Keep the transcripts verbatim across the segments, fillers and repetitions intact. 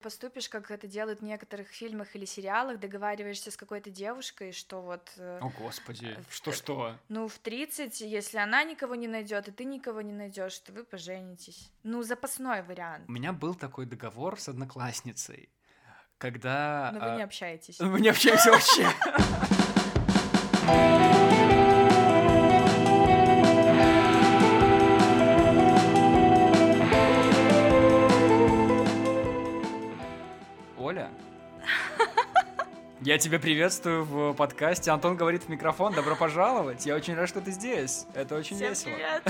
поступишь, как это делают в некоторых фильмах или сериалах, договариваешься с какой-то девушкой, что вот... О, Господи, в- что-что? Ну, в тридцать, если она никого не найдет, и ты никого не найдешь, то вы поженитесь. Ну, запасной вариант. У меня был такой договор с одноклассницей, когда... Но вы а, не общаетесь. Мы не общаемся вообще. Оля, я тебя приветствую в подкасте. Антон говорит в микрофон. Добро пожаловать. Я очень рад, что ты здесь. Это очень Всем весело. привет!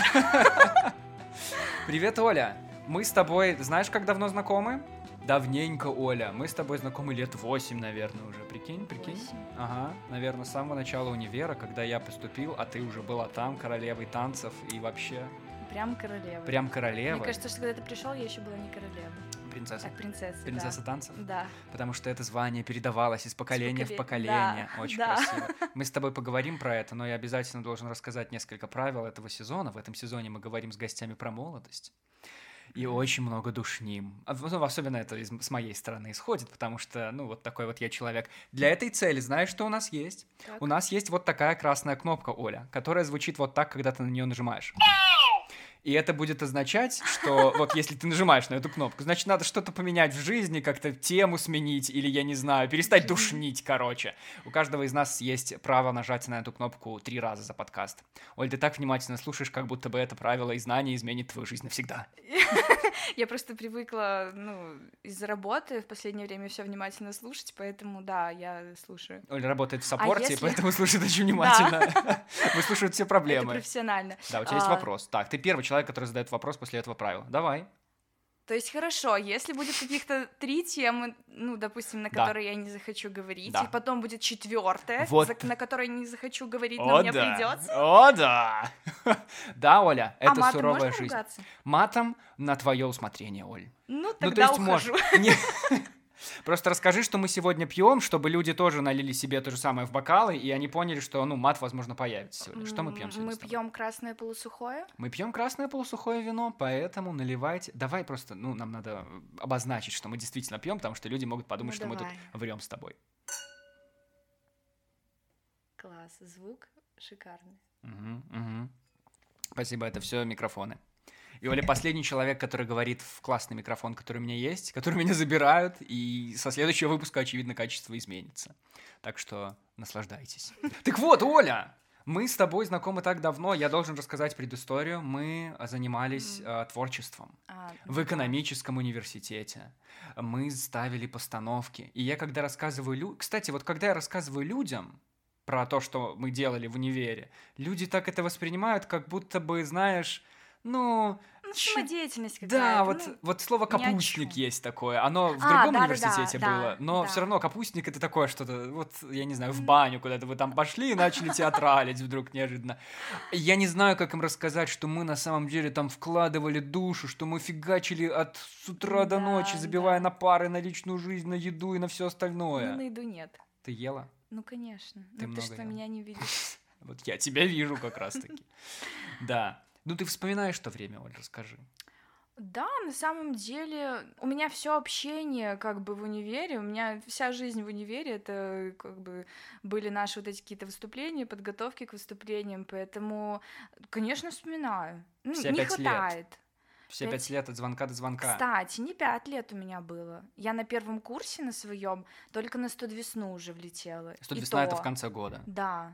Привет, Оля. Мы с тобой, знаешь, как давно знакомы? Давненько, Оля. Мы с тобой знакомы лет восемь, наверное, уже. Прикинь, прикинь. Восемь. Ага, наверное, с самого начала универа, когда я поступил, а ты уже была там, королевой танцев и вообще Прям королева. прям королева. Мне кажется, что когда ты пришел, я еще была не королева. Принцесса. Так, принцесса, Принцесса да. танцев? Да. Потому что это звание передавалось из поколения в поколе- поколение. да, Очень да. красиво. Мы с тобой поговорим про это, но я обязательно должен рассказать несколько правил этого сезона. В этом сезоне мы говорим с гостями про молодость. И очень много душним. А, ну, особенно это из- с моей стороны исходит, потому что, ну, вот такой вот я человек. Для этой цели, знаешь, что у нас есть? Так. У нас есть вот такая красная кнопка, Оля, которая звучит вот так, когда ты на нее нажимаешь. И это будет означать, что вот если ты нажимаешь на эту кнопку, значит, надо что-то поменять в жизни, как-то тему сменить, или, я не знаю, перестать душнить, короче. У каждого из нас есть право нажать на эту кнопку три раза за подкаст. Оль, ты так внимательно слушаешь, как будто бы это правило и знание изменит твою жизнь навсегда. Я просто привыкла, ну, из-за работы в последнее время все внимательно слушать, поэтому, да, я слушаю. Оля работает в саппорте, если- поэтому слушает очень внимательно. Выслушивает все Это проблемы. профессионально. Да, у тебя есть А, вопрос. Так, ты первый человек, который задает вопрос после этого правила. Давай. То есть хорошо, если будет каких-то три темы, ну, допустим, на Да. которые я не захочу говорить, Да. и потом будет четвертая, Вот. на которой не захочу говорить, но мне да. придется. О, да. Да, Оля, А это матом суровая можно жизнь. ругаться? Матом на твое усмотрение, Оль. Ну, Ну, тогда то есть ухожу. можно. Не- Просто расскажи, что мы сегодня пьем, чтобы люди тоже налили себе то же самое в бокалы, и они поняли, что, ну, мат, возможно, появится сегодня. Что мы пьем М, сегодня? Мы с тобой? пьем красное полусухое. Мы пьем красное полусухое вино, поэтому наливайте. Давай просто, ну, нам надо обозначить, что мы действительно пьем, потому что люди могут подумать, Ну, что мы тут давай. врем с тобой. Класс, звук шикарный. Мгм, мгм. Спасибо, это все микрофоны. И Оля последний человек, который говорит в классный микрофон, который у меня есть, который меня забирают, и со следующего выпуска, очевидно, качество изменится. Так что наслаждайтесь. Так вот, Оля, мы с тобой знакомы так давно, я должен рассказать предысторию. Мы занимались э, творчеством А, в да. экономическом университете. Мы ставили постановки. И я когда рассказываю... Лю... Кстати, вот когда я рассказываю людям про то, что мы делали в универе, люди так это воспринимают, как будто бы, знаешь, ну... Ну, чё- самодеятельность какая-то. Да, вот, ну, вот слово ни о капустник чём. есть такое. Оно в А, другом да-да-да, университете да, было, но да. все равно капустник это такое что-то, вот, я не знаю, в баню куда-то вы там пошли и начали театралить вдруг неожиданно. Я не знаю, как им рассказать, что мы на самом деле там вкладывали душу, что мы фигачили от с утра до Да, ночи, забивая да. на пары, на личную жизнь, на еду и на все Ну, остальное. на еду нет. Ты ела? Ну, конечно. Ты ну, много ты что, ела. меня не видишь? Вот я тебя вижу как раз-таки. Да. Ну, ты вспоминаешь то время, Оль, расскажи. Да, на самом деле, у меня все общение как бы в универе, у меня вся жизнь в универе, это как бы были наши вот эти какие-то выступления, подготовки к выступлениям, поэтому, конечно, вспоминаю. Ну, Все не пять лет. хватает. Все Пять- пять лет от звонка до звонка. Кстати, не пять лет у меня было. Я на первом курсе на своем только на сто весну уже влетела. Что И весна это то- в конце года. Да.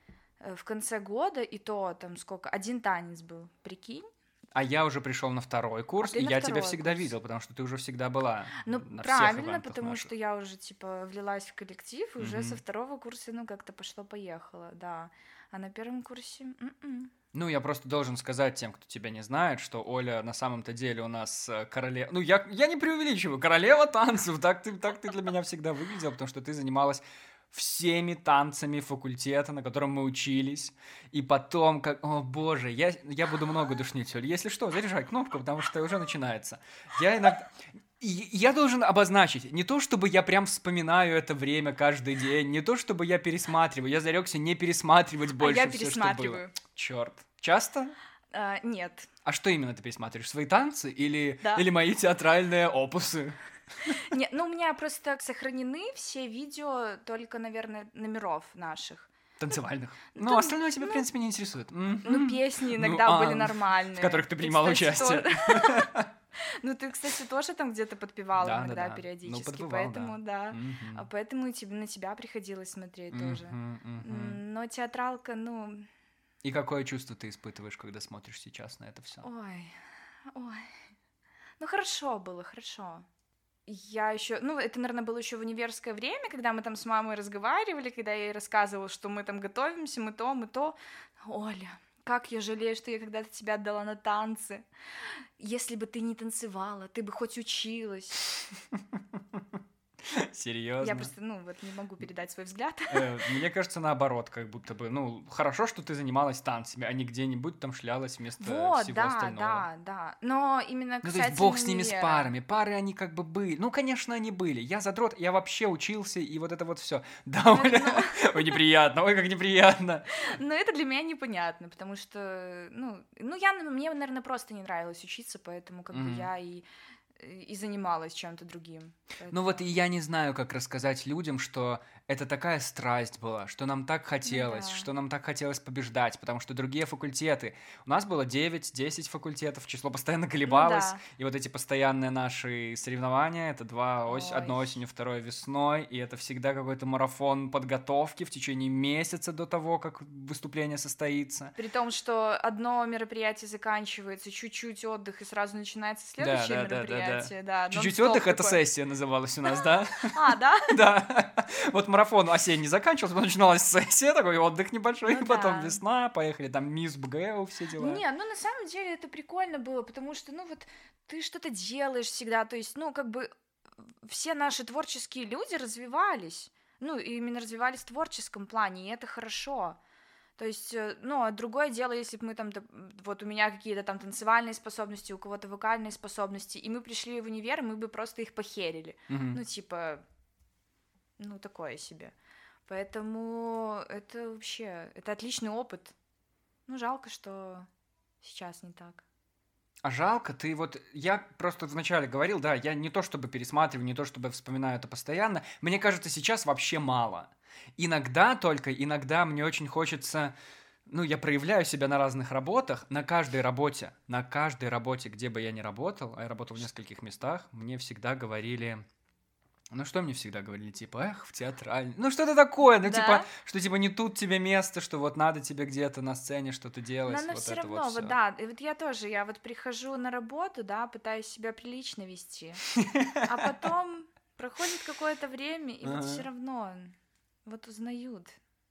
Э, В конце года, и то там сколько, один танец был, прикинь. А я уже пришел на второй курс, ты и на я тебя второй всегда курс. видел, потому что ты уже всегда была Ну, на всех правильно, ивентах потому наших. что я уже, типа, влилась в коллектив, и уже Мгм. со второго курса, ну, как-то пошло-поехало, да. А на первом курсе... м-м. Ну, я просто должен сказать тем, кто тебя не знает, что Оля на самом-то деле у нас королева... Ну, я, я не преувеличиваю, королева танцев, так ты, так ты для меня всегда выглядел, потому что ты занималась всеми танцами факультета, на котором мы учились, и потом, как, о боже, я, я буду много душнить, Оль. Если что, заряжай кнопку, потому что уже начинается. Я иногда... И я должен обозначить, не то чтобы я прям вспоминаю это время каждый день, не то чтобы я пересматриваю, я зарекся не пересматривать больше а я всё, что пересматриваю. было. Черт. Часто? А, нет. А что именно ты пересматриваешь? Свои танцы или, Да. или мои театральные опусы? Не, ну, у меня просто сохранены все видео только, наверное, номеров наших. Танцевальных. Ну, Ну, там, остальное тебя, в ну, принципе, не интересует. Ну, Мгм. песни Ну, иногда были а, нормальные. в которых ты принимала кстати, участие. то- Ну, ты, кстати, тоже там где-то подпевала Да, да, иногда да. Ну, периодически, подбывал, поэтому, да. да. А Мгм. поэтому и тебе, на тебя приходилось смотреть тоже. Мгм, мгм. М, Но театралка, ну, И какое чувство ты испытываешь, когда смотришь сейчас на это все? ой, ой. Ну, хорошо было, хорошо. Я еще, ну, это, наверное, было еще в универское время, когда мы там с мамой разговаривали, когда я ей рассказывала, что мы там готовимся, мы то, мы то. Оля, как я жалею, что я когда-то тебя отдала на танцы. Если бы ты не танцевала, ты бы хоть училась. Серьезно? Я просто, ну, вот не могу передать свой взгляд. Э, Мне кажется, наоборот, как будто бы, ну, хорошо, что ты занималась танцами, а не где-нибудь там шлялась вместо Вот, всего да, остального. да, да. Но именно Ну, то кстати, есть бог с ними, с универа. парами. Пары они как бы были. Ну, конечно, они были. Я задрот, я вообще учился, и вот это вот все. Да, Ну, Оля? ну, Ой, неприятно, ой, как неприятно. но это для меня непонятно, потому что, ну, ну я, мне, наверное, просто не нравилось учиться, поэтому как бы Мгм. я и и занималась чем-то другим. Ну вот и Поэтому, я не знаю, как рассказать людям, что это такая страсть была, что нам так ну хотелось, да, что нам так хотелось побеждать, потому что другие факультеты, у нас было девять-десять факультетов, число постоянно ну колебалось, да. и вот эти постоянные наши соревнования, это два ось, одно Ой. осенью, второе весной, и это всегда какой-то марафон подготовки в течение месяца до того, как выступление состоится. При том, что одно мероприятие заканчивается, чуть-чуть отдых, и сразу начинается Да, следующее да, да, да, да. мероприятие, да, Чуть-чуть нон-стоп отдых, это такой. сессия называлась у нас, да? А, да? Да. Вот марафон осенний заканчивался, потом начиналась сессия, такой отдых небольшой, Ну потом да. весна, поехали там мисс БГУ, все дела. Не, ну на самом деле это прикольно было, потому что, ну вот, ты что-то делаешь всегда, то есть, ну, как бы все наши творческие люди развивались, ну, именно развивались в творческом плане, и это хорошо. То есть, э, ну, а другое дело, если бы мы там, доп- вот у меня какие-то там танцевальные способности, у кого-то вокальные способности, и мы пришли в универ, мы бы просто их похерили. Мгм. Ну, типа, ну, такое себе. Поэтому это вообще, это отличный опыт. Ну, жалко, что сейчас не так. А жалко, ты вот, я просто вначале говорил, да, я не то чтобы пересматриваю, не то чтобы вспоминаю это постоянно, мне кажется, сейчас вообще мало. Иногда только, иногда мне очень хочется, ну, я проявляю себя на разных работах, на каждой работе, на каждой работе, где бы я ни работал, а я работал в нескольких местах, мне всегда говорили... Ну, что мне всегда говорили, типа, эх, в театральной... Ну, что-то такое, ну, типа, Да? что, типа, не тут тебе место, что вот надо тебе где-то на сцене что-то делать, Но, но вот все это равно, вот вот все. да, и вот я тоже, я вот прихожу на работу, да, пытаюсь себя прилично вести, а потом проходит какое-то время, и вот все Ага. равно вот узнают,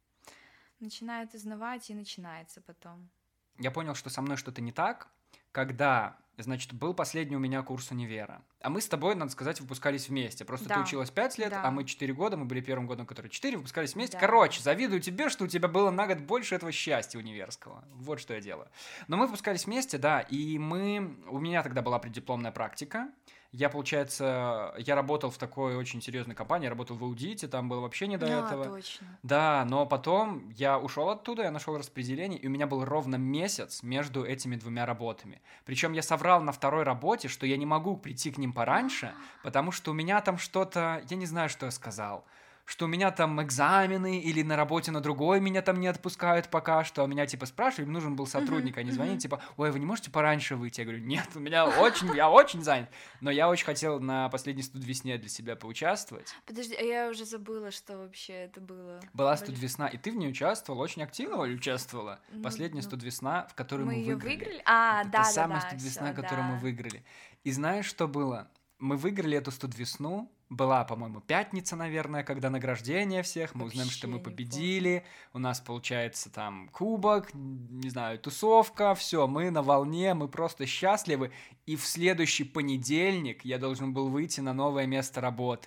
начинают узнавать, и начинается потом. Я понял, что со мной что-то не так, когда, значит, был последний у меня курс универа. А мы с тобой, надо сказать, выпускались вместе. Просто ты Да, училась пять лет, а да, мы четыре года, мы были первым годом, который четыре, выпускались вместе. да. Короче, завидую тебе, что у тебя было на год больше этого счастья универского. Вот что я делаю. Но мы выпускались вместе, да, и мы... У меня тогда была преддипломная практика. Я, получается, я работал в такой очень серьезной компании, я работал в аудите, там было вообще не до А, этого. точно. Да, но потом я ушел оттуда, я нашел распределение, и у меня был ровно месяц между этими двумя работами. Причем я соврал на второй работе, что я не могу прийти к ним пораньше, потому что у меня там что-то, я не знаю, что я сказал, что у меня там экзамены или на работе на другой меня там не отпускают пока что, а меня типа спрашивают, им нужен был сотрудник, Мгм, они мгм. звонят, типа, ой, вы не можете пораньше выйти? Я говорю, нет, у меня очень, я очень занят, но я очень хотел на последней студвесне для себя поучаствовать. Подожди, а я уже забыла, что вообще это было. Была Блин. студвесна, и ты в ней участвовала, очень активно участвовала. Ну, Последняя ну, студвесна, в которой мы мы ее выиграли. выиграли? А, Это та да, да, самая да, студвесна, все, которую мы да. выиграли. И знаешь, что было? Мы выиграли эту студвесну. Была, по-моему, пятница, наверное, когда награждение всех. Мы узнаем, что мы Вообще не помню. победили. У нас получается там кубок, не знаю, тусовка. Все, мы на волне, мы просто счастливы. И в следующий понедельник я должен был выйти на новое место работы.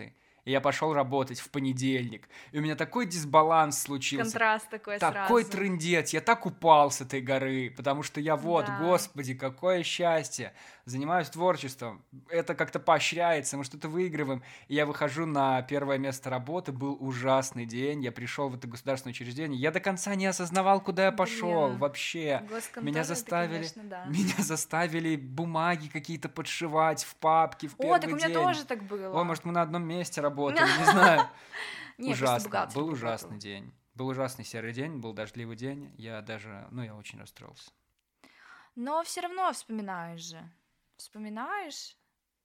И я пошел работать в понедельник. И у меня такой дисбаланс случился. Контраст такой Такой сразу. трындец. Я так упал с этой горы, потому что я вот, Да. господи, какое счастье. Занимаюсь творчеством. Это как-то поощряется, мы что-то выигрываем. И я выхожу на первое место работы. Был ужасный день. Я пришел в это государственное учреждение. Я до конца не осознавал, куда я пошел Блин. вообще. Госконтора Меня это, заставили, конечно, да. меня заставили бумаги какие-то подшивать в папке в первый О, так у меня день. тоже так было. Ой, может, мы на одном месте работали, не знаю. Не, просто Ужасно. бухгалтером Был работала. ужасный день. Был ужасный серый день, был дождливый день. Я даже, ну, я очень расстроился. Но все равно вспоминаешь же. Вспоминаешь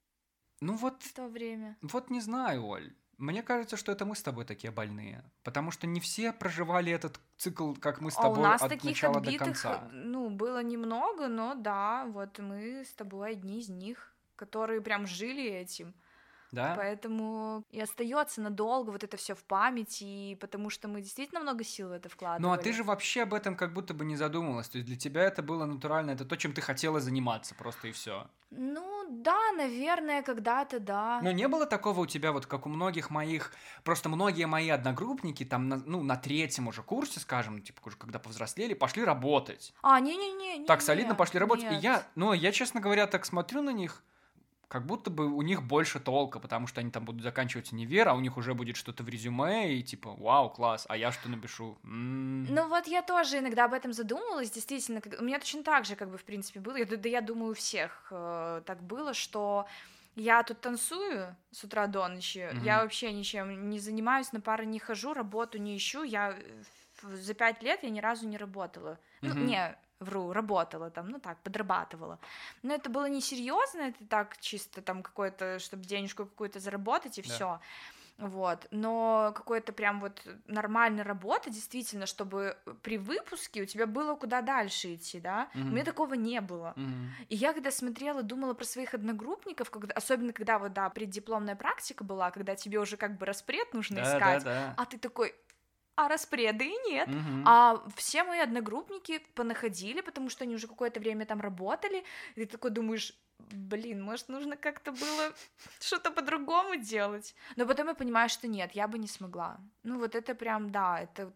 Ну вот, то время. вот не знаю, Оль. Мне кажется, что это мы с тобой такие больные. Потому что не все проживали этот цикл, как мы с А тобой, у нас от таких начала до отбитых, конца. ну, было немного, но да, вот мы с тобой одни из них, которые прям жили этим. Да? Поэтому и остается надолго вот это все в памяти, и потому что мы действительно много сил в это вкладывали. Ну а ты же вообще об этом как будто бы не задумывалась. То есть для тебя это было натурально, это то, чем ты хотела заниматься, просто и все. Ну да, наверное, когда-то да. Но не было такого у тебя, вот как у многих моих, просто многие мои одногруппники, там, на, ну, на третьем уже курсе, скажем, типа, уже когда повзрослели, пошли работать. А, не-не-не. не, Так солидно не, пошли работать. И нет. я, ну, я, честно говоря, так смотрю на них, как будто бы у них больше толка, потому что они там будут заканчивать универ, а у них уже будет что-то в резюме, и типа, вау, класс, а я что напишу? М. Ну вот я тоже иногда об этом задумывалась, действительно, как- у меня точно так же, как бы, в принципе, было, я, ду- да я думаю, у всех э, так было, что я тут танцую с утра до ночи, Мгм. я вообще ничем не занимаюсь, на пары не хожу, работу не ищу, я э, в- за пять лет я ни разу не работала, ну, Мгм. не, вру, работала там, ну так, подрабатывала, но это было несерьезно, это так чисто там какое-то, чтобы денежку какую-то заработать и Да. все. Вот, но какой-то прям вот нормальной работы, действительно, чтобы при выпуске у тебя было куда дальше идти, да, Мгм. у меня такого не было. Мгм. И я когда смотрела, думала про своих одногруппников, когда, особенно когда вот, да, преддипломная практика была, когда тебе уже как бы распред нужно Да, искать, да, да. а ты такой, а распреда и нет. Мгм. А все мои одногруппники понаходили, потому что они уже какое-то время там работали, и ты такой думаешь, блин, может, нужно как-то было что-то по-другому делать. Но потом я понимаю, что нет, я бы не смогла. Ну вот это прям, да, это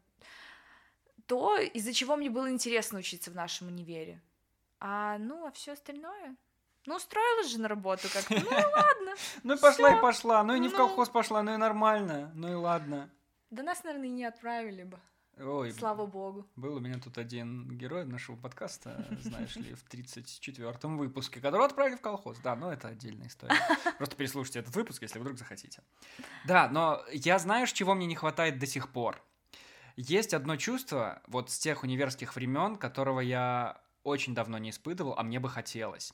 то, из-за чего мне было интересно учиться в нашем универе. А, ну, а все остальное... Ну, устроилась же на работу как-то, ну и ладно. Ну и пошла и всё. пошла, ну и не в Ну. колхоз пошла, ну и нормально, ну и ладно. Да нас, наверное, и не отправили бы, Ой, слава богу. был у меня тут один герой нашего подкаста, знаешь ли, в тридцать четвёртом выпуске, которого отправили в колхоз. Да, но это отдельная история. Просто переслушайте этот выпуск, если вдруг захотите. Да, но я знаешь, чего мне не хватает до сих пор? Есть одно чувство вот с тех универских времен, которого я очень давно не испытывал, а мне бы хотелось.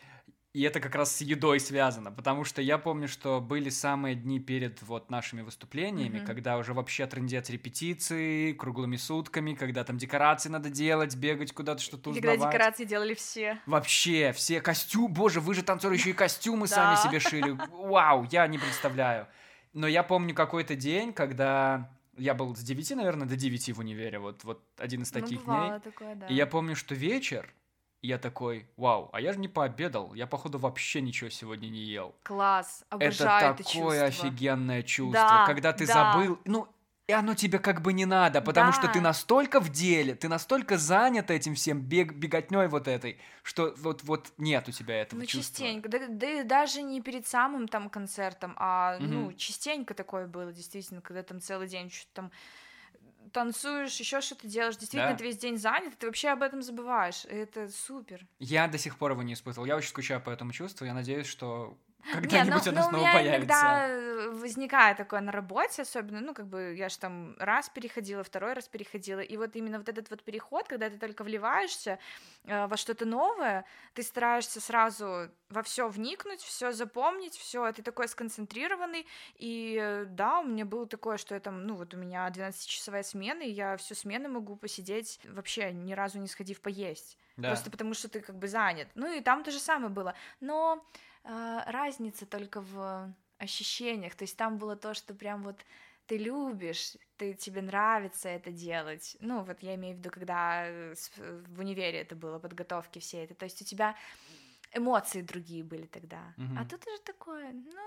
И это как раз с едой связано, потому что я помню, что были самые дни перед вот нашими выступлениями, Мгм. когда уже вообще трындец репетиции, круглыми сутками, когда там декорации надо делать, бегать куда-то, что-то Или когда узнавать. декорации делали все. Вообще, все костюмы, боже, вы же танцоры еще и костюмы сами Да. себе шили. Вау, я не представляю. Но я помню какой-то день, когда я был с девяти, наверное, до девяти в универе, вот, вот один из таких Ну, бывало дней. такое, да. И я помню, что вечер, я такой, вау, а я же не пообедал, я, походу, вообще ничего сегодня не ел. Класс, Это обожаю это, такое чувство. офигенное чувство, Да, когда ты да. забыл, ну, и оно тебе как бы не надо, потому что ты Да. настолько в деле, ты настолько занят этим всем, бег, беготней вот этой, что вот, вот нет у тебя этого Ну, чувства. частенько, да, да и даже не перед самым там концертом, а, ну, Мгм. частенько такое было, действительно, когда там целый день что-то там танцуешь, еще что-то делаешь, действительно, Да. ты весь день занят, и ты вообще об этом забываешь, и это супер. Я до сих пор его не испытывал, я очень скучаю по этому чувству, я надеюсь, что Не, ну, когда-нибудь оно ну, у снова меня появится. иногда э, возникает такое на работе, особенно, ну, как бы, я же там раз переходила, второй раз переходила, и вот именно вот этот вот переход, когда ты только вливаешься э, во что-то новое, ты стараешься сразу во все вникнуть, все запомнить, все, ты такой сконцентрированный, и э, да, у меня было такое, что я там, ну, вот у меня двенадцатичасовая смена, и я всю смену могу посидеть, вообще ни разу не сходив поесть, Да. просто потому что ты как бы занят, ну, и там то же самое было, но Uh, разница только в ощущениях, то есть там было то, что прям вот ты любишь, ты, тебе нравится это делать, ну вот я имею в виду, когда в универе это было, подготовки все это, то есть у тебя эмоции другие были тогда, Мгм. а тут уже такое, ну,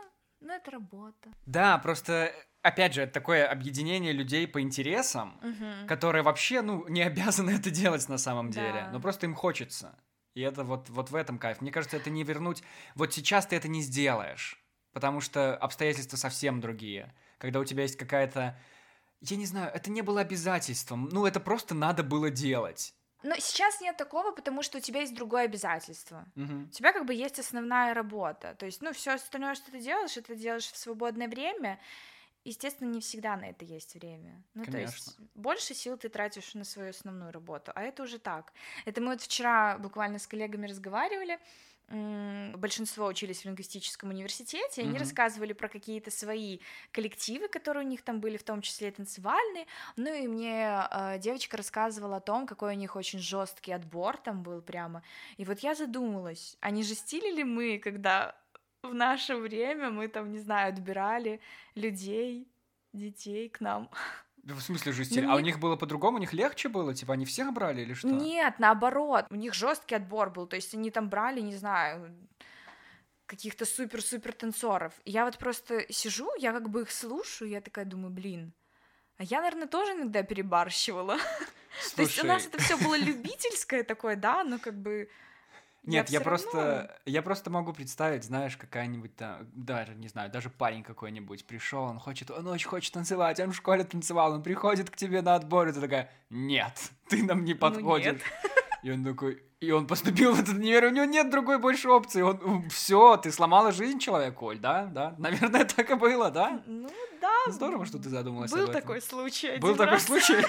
Ну, это работа. Да, просто, опять же, это такое объединение людей по интересам, Угу. которые вообще, ну, не обязаны это делать на самом деле, Да. но просто им хочется. И это вот, вот в этом кайф. Мне кажется, это не вернуть... Вот сейчас ты это не сделаешь, потому что обстоятельства совсем другие. Когда у тебя есть какая-то... Я не знаю, это не было обязательством, ну, это просто надо было делать. Но сейчас нет такого, потому что у тебя есть другое обязательство. Мгм. У тебя как бы есть основная работа. То есть, ну, все остальное, что ты делаешь, это делаешь в свободное время. Естественно, не всегда на это есть время. Ну, то есть, Конечно. больше сил ты тратишь на свою основную работу, а это уже так. Это мы вот вчера буквально с коллегами разговаривали. М, Большинство учились в лингвистическом университете, и они Мгм. рассказывали про какие-то свои коллективы, которые у них там были, в том числе и танцевальные. Ну и мне э, девочка рассказывала о том, какой у них очень жесткий отбор там был прямо. И вот я задумалась, а не жестили ли мы, когда в наше время мы там, не знаю, отбирали людей, детей к нам? В смысле Ну, жестили? А у мне них было по-другому? У них легче было? Типа они всех брали или что? Нет, наоборот, у них жесткий отбор был, то есть они там брали, не знаю, каких-то супер-супер танцоров. И я вот просто сижу, я как бы их слушаю, я такая думаю, блин, а я, наверное, тоже иногда перебарщивала. То есть у нас Слушай, это все было любительское такое, да, но как бы я нет, я все равно... просто, я просто могу представить, знаешь, какая-нибудь там, даже, не знаю, даже парень какой-нибудь пришел, он хочет, он очень хочет танцевать, он в школе танцевал, он приходит к тебе на отбор, и ты такая, нет, ты нам не Ну нет. подходишь. И он такой, и он поступил в этот универ, у него нет другой больше опции, он, все, ты сломала жизнь человеку, Оль, да, да, наверное, так и было, да? Ну да, Здорово, что ты задумалась об был этом. такой случай Был один такой раз, случай?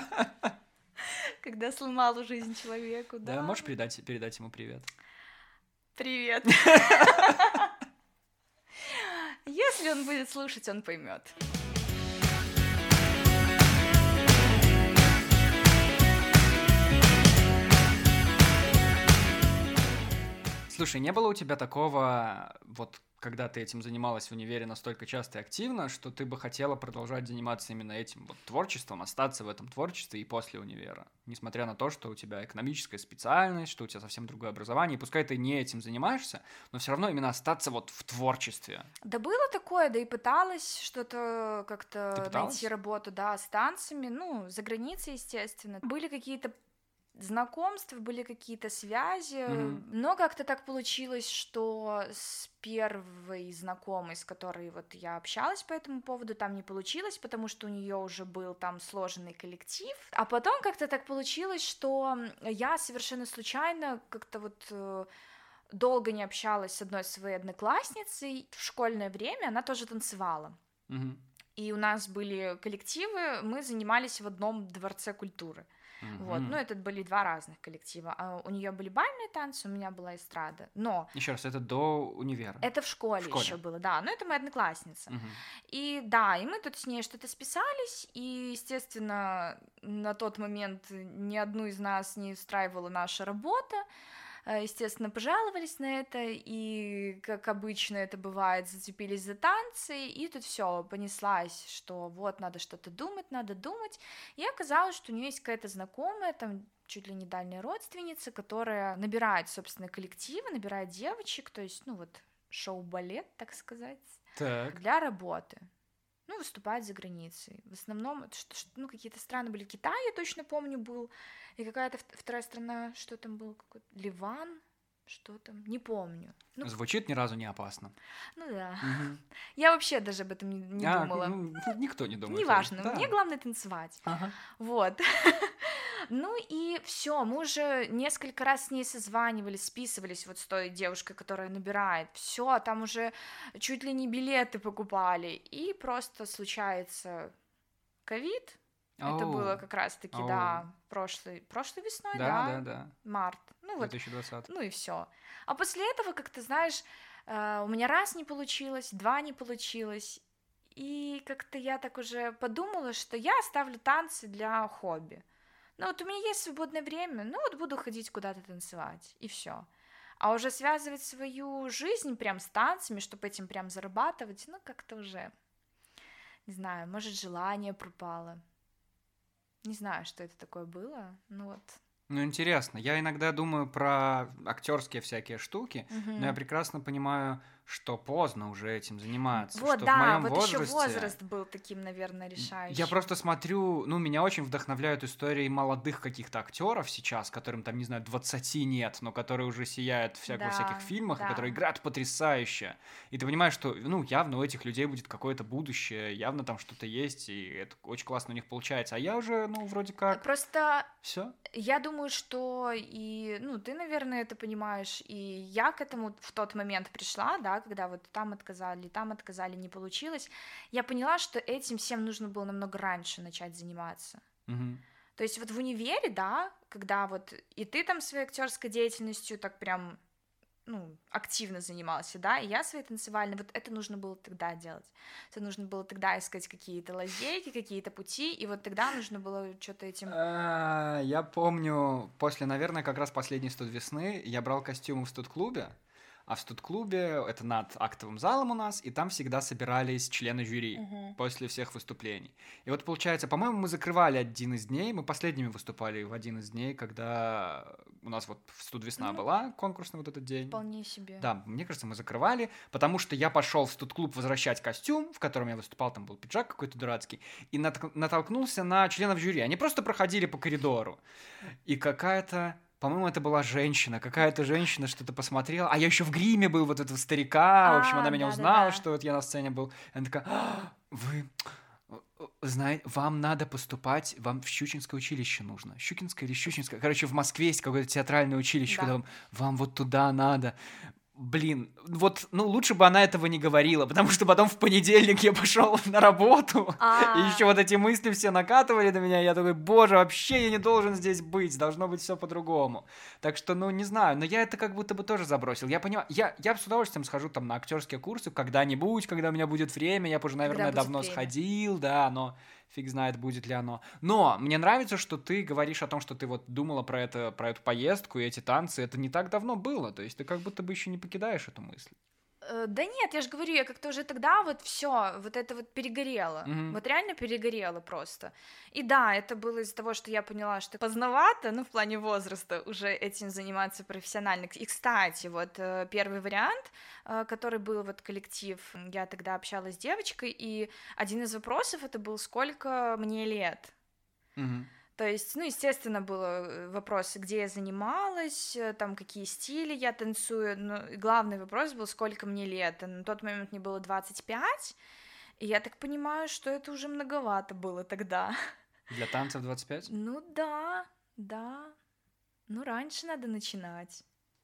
когда сломала жизнь человеку, Да, да. можешь передать, передать ему привет? Привет. Если он будет слушать, он поймет. Слушай, не было у тебя такого, вот когда ты этим занималась в универе настолько часто и активно, что ты бы хотела продолжать заниматься именно этим вот творчеством, остаться в этом творчестве и после универа? Несмотря на то, что у тебя экономическая специальность, что у тебя совсем другое образование, и пускай ты не этим занимаешься, но все равно именно остаться вот в творчестве. Да было такое, да и пыталась что-то Ты как-то пыталась? найти работу, да, с танцами, ну, за границей, естественно. Были какие-то знакомства, были какие-то связи, Мгм. но как-то так получилось, что с первой знакомой, с которой вот я общалась по этому поводу, там не получилось, потому что у нее уже был там сложенный коллектив, а потом как-то так получилось, что я совершенно случайно как-то вот э, долго не общалась с одной своей одноклассницей в школьное время, она тоже танцевала. Мгм. И у нас были коллективы, мы занимались в одном дворце культуры. Вот, ну Мгм. это были два разных коллектива. А у нее были бальные танцы, у меня была эстрада. Но Еще раз, это до универа. это в школе, В школе. еще было, да. Но это моя одноклассница. Мгм. И да, и мы тут с ней что-то списались, и, естественно, на тот момент ни одну из нас не устраивала наша работа. Э, Естественно, пожаловались на это, и, как обычно это бывает, зацепились за танцы, и тут все понеслась, что вот, надо что-то думать, надо думать, и оказалось, что у нее есть какая-то знакомая, там, чуть ли не дальняя родственница, которая набирает, собственно, коллективы, набирает девочек, то есть, ну вот, шоу-балет, так сказать, Так. для работы. Ну, выступать за границей. В основном, это что, что- ну, какие-то страны были. Китай, я точно помню, был. И какая-то вт- вторая страна, что там был? Какой-то Ливан? Что там? Не помню. Ну, Звучит ни разу не опасно. ну да. Мгм. Я вообще даже об этом не, не А, думала. ну, никто не думает. Неважно, Да. мне главное танцевать. Ага. Вот. Ну и все, мы уже несколько раз с ней созванивались, списывались вот с той девушкой, которая набирает. Все, там уже чуть ли не билеты покупали. И просто случается ковид. Это Оу. было как раз-таки, Оу. да, прошлой, прошлой весной, Да, да, да, да. март. Ну вот, две тысячи двадцатый. ну и все. А после этого, как ты знаешь, э, у меня раз не получилось, два не получилось. И как-то я так уже подумала, что я оставлю танцы для хобби. Ну вот у меня есть свободное время, ну вот буду ходить куда-то танцевать, и все. А уже связывать свою жизнь прям с танцами, чтобы этим прям зарабатывать, ну как-то уже, не знаю, может, желание пропало. Не знаю, что это такое было, ну вот. Ну, интересно. Я иногда думаю про актерские всякие штуки, но я Мгм. прекрасно понимаю, что поздно уже этим заниматься. Вот, что да, в моем вот возрасте... еще возраст был таким, наверное, решающим. Я просто смотрю, ну, меня очень вдохновляют истории молодых каких-то актеров сейчас, которым там, не знаю, двадцати нет, но которые уже сияют всяк... Да, во всяких фильмах, да. и которые играют потрясающе. И ты понимаешь, что, ну, явно у этих людей будет какое-то будущее, явно там что-то есть, и это очень классно у них получается. А я уже, ну, вроде как... Просто... Все. Я думаю, что и, ну, ты, наверное, это понимаешь, и я к этому в тот момент пришла, да, когда вот там отказали, там отказали, не получилось, я поняла, что этим всем нужно было намного раньше начать заниматься. Угу. То есть вот в универе, да, когда вот и ты там своей актерской деятельностью так прям, ну, активно занимался, да, и я своей танцевальной, вот это нужно было тогда делать. Это нужно было тогда искать какие-то лазейки, какие-то пути, и вот тогда нужно было что-то этим... Я помню, после, наверное, как раз последней студ весны я брал костюмы в студ-клубе, а в студ-клубе, это над актовым залом у нас, и там всегда собирались члены жюри uh-huh. после всех выступлений. И вот получается, по-моему, мы закрывали один из дней, мы последними выступали в один из дней, когда у нас вот в студ-весна uh-huh. была конкурсный вот этот день. Вполне себе. Да, мне кажется, мы закрывали, потому что я пошел в студ-клуб возвращать костюм, в котором я выступал, там был пиджак какой-то дурацкий, и нат- натолкнулся на членов жюри. Они просто проходили по коридору, и какая-то... По-моему, это была женщина. Какая-то женщина что-то посмотрела. А я еще в гриме был вот этого старика. В общем, она меня узнала, что вот я на сцене был. Она такая: вы знаете, вам надо поступать, вам в Щучинское училище нужно. Щукинское или Щучинское? Короче, в Москве есть какое-то театральное училище, да. Куда вам, вам вот туда надо. Блин, вот, ну, лучше бы она этого не говорила, потому что потом в понедельник я пошел на работу, А-а-а. и еще вот эти мысли все накатывали на меня, и я такой: боже, вообще я не должен здесь быть, должно быть все по-другому. Так что, ну, не знаю, но я это как будто бы тоже забросил. Я понимаю, я, я с удовольствием схожу там на актерские курсы когда-нибудь, когда у меня будет время, я бы уже, наверное, давно время. сходил, да, но... Фиг знает, будет ли оно. Но мне нравится, что ты говоришь о том, что ты вот думала про это, про эту поездку и эти танцы. Это не так давно было. То есть ты как будто бы еще не покидаешь эту мысль. Да нет, я же говорю, я как-то уже тогда вот все, вот это вот перегорело, mm-hmm. вот реально перегорело просто. И да, это было из-за того, что я поняла, что поздновато, ну, в плане возраста, уже этим заниматься профессионально. И, кстати, вот первый вариант, который был вот коллектив, я тогда общалась с девочкой, и один из вопросов это был: сколько мне лет? Mm-hmm. То есть, ну, естественно, был вопрос, где я занималась, там, какие стили я танцую, но главный вопрос был, сколько мне лет. На тот момент мне было двадцать пять, и я так понимаю, что это уже многовато было тогда. Для танцев двадцать пять? Ну да, да. Ну, раньше надо начинать.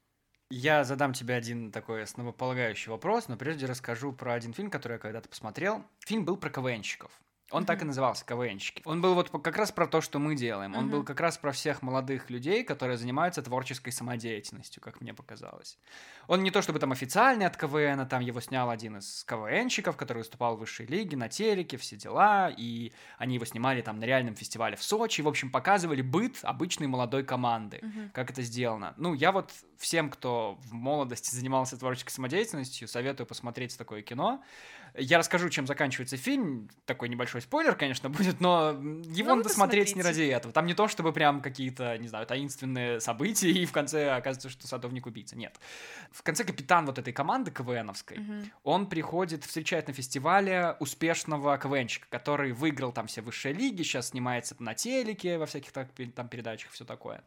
Я задам тебе один такой основополагающий вопрос, но прежде расскажу про один фильм, который я когда-то посмотрел. Фильм был про КВНщиков. Он uh-huh. так и назывался «КВНщики». Он был вот как раз про то, что мы делаем. Он uh-huh. был как раз про всех молодых людей, которые занимаются творческой самодеятельностью, как мне показалось. Он не то чтобы там официальный от КВНа, там его снял один из КВНщиков, который выступал в высшей лиге, на телеке, все дела, и они его снимали там на реальном фестивале в Сочи, в общем, показывали быт обычной молодой команды, uh-huh. как это сделано. Ну, я вот всем, кто в молодости занимался творческой самодеятельностью, советую посмотреть такое кино. Я расскажу, чем заканчивается фильм. Такой небольшой спойлер, конечно, будет, но его ну, надо смотреть не ради этого. Там не то, чтобы прям какие-то, не знаю, таинственные события, и в конце оказывается, что садовник убийца. Нет. В конце капитан вот этой команды КВНовской, uh-huh. он приходит, встречает на фестивале успешного КВНщика, который выиграл там все высшие лиги, сейчас снимается на телеке, во всяких так, там передачах, все такое.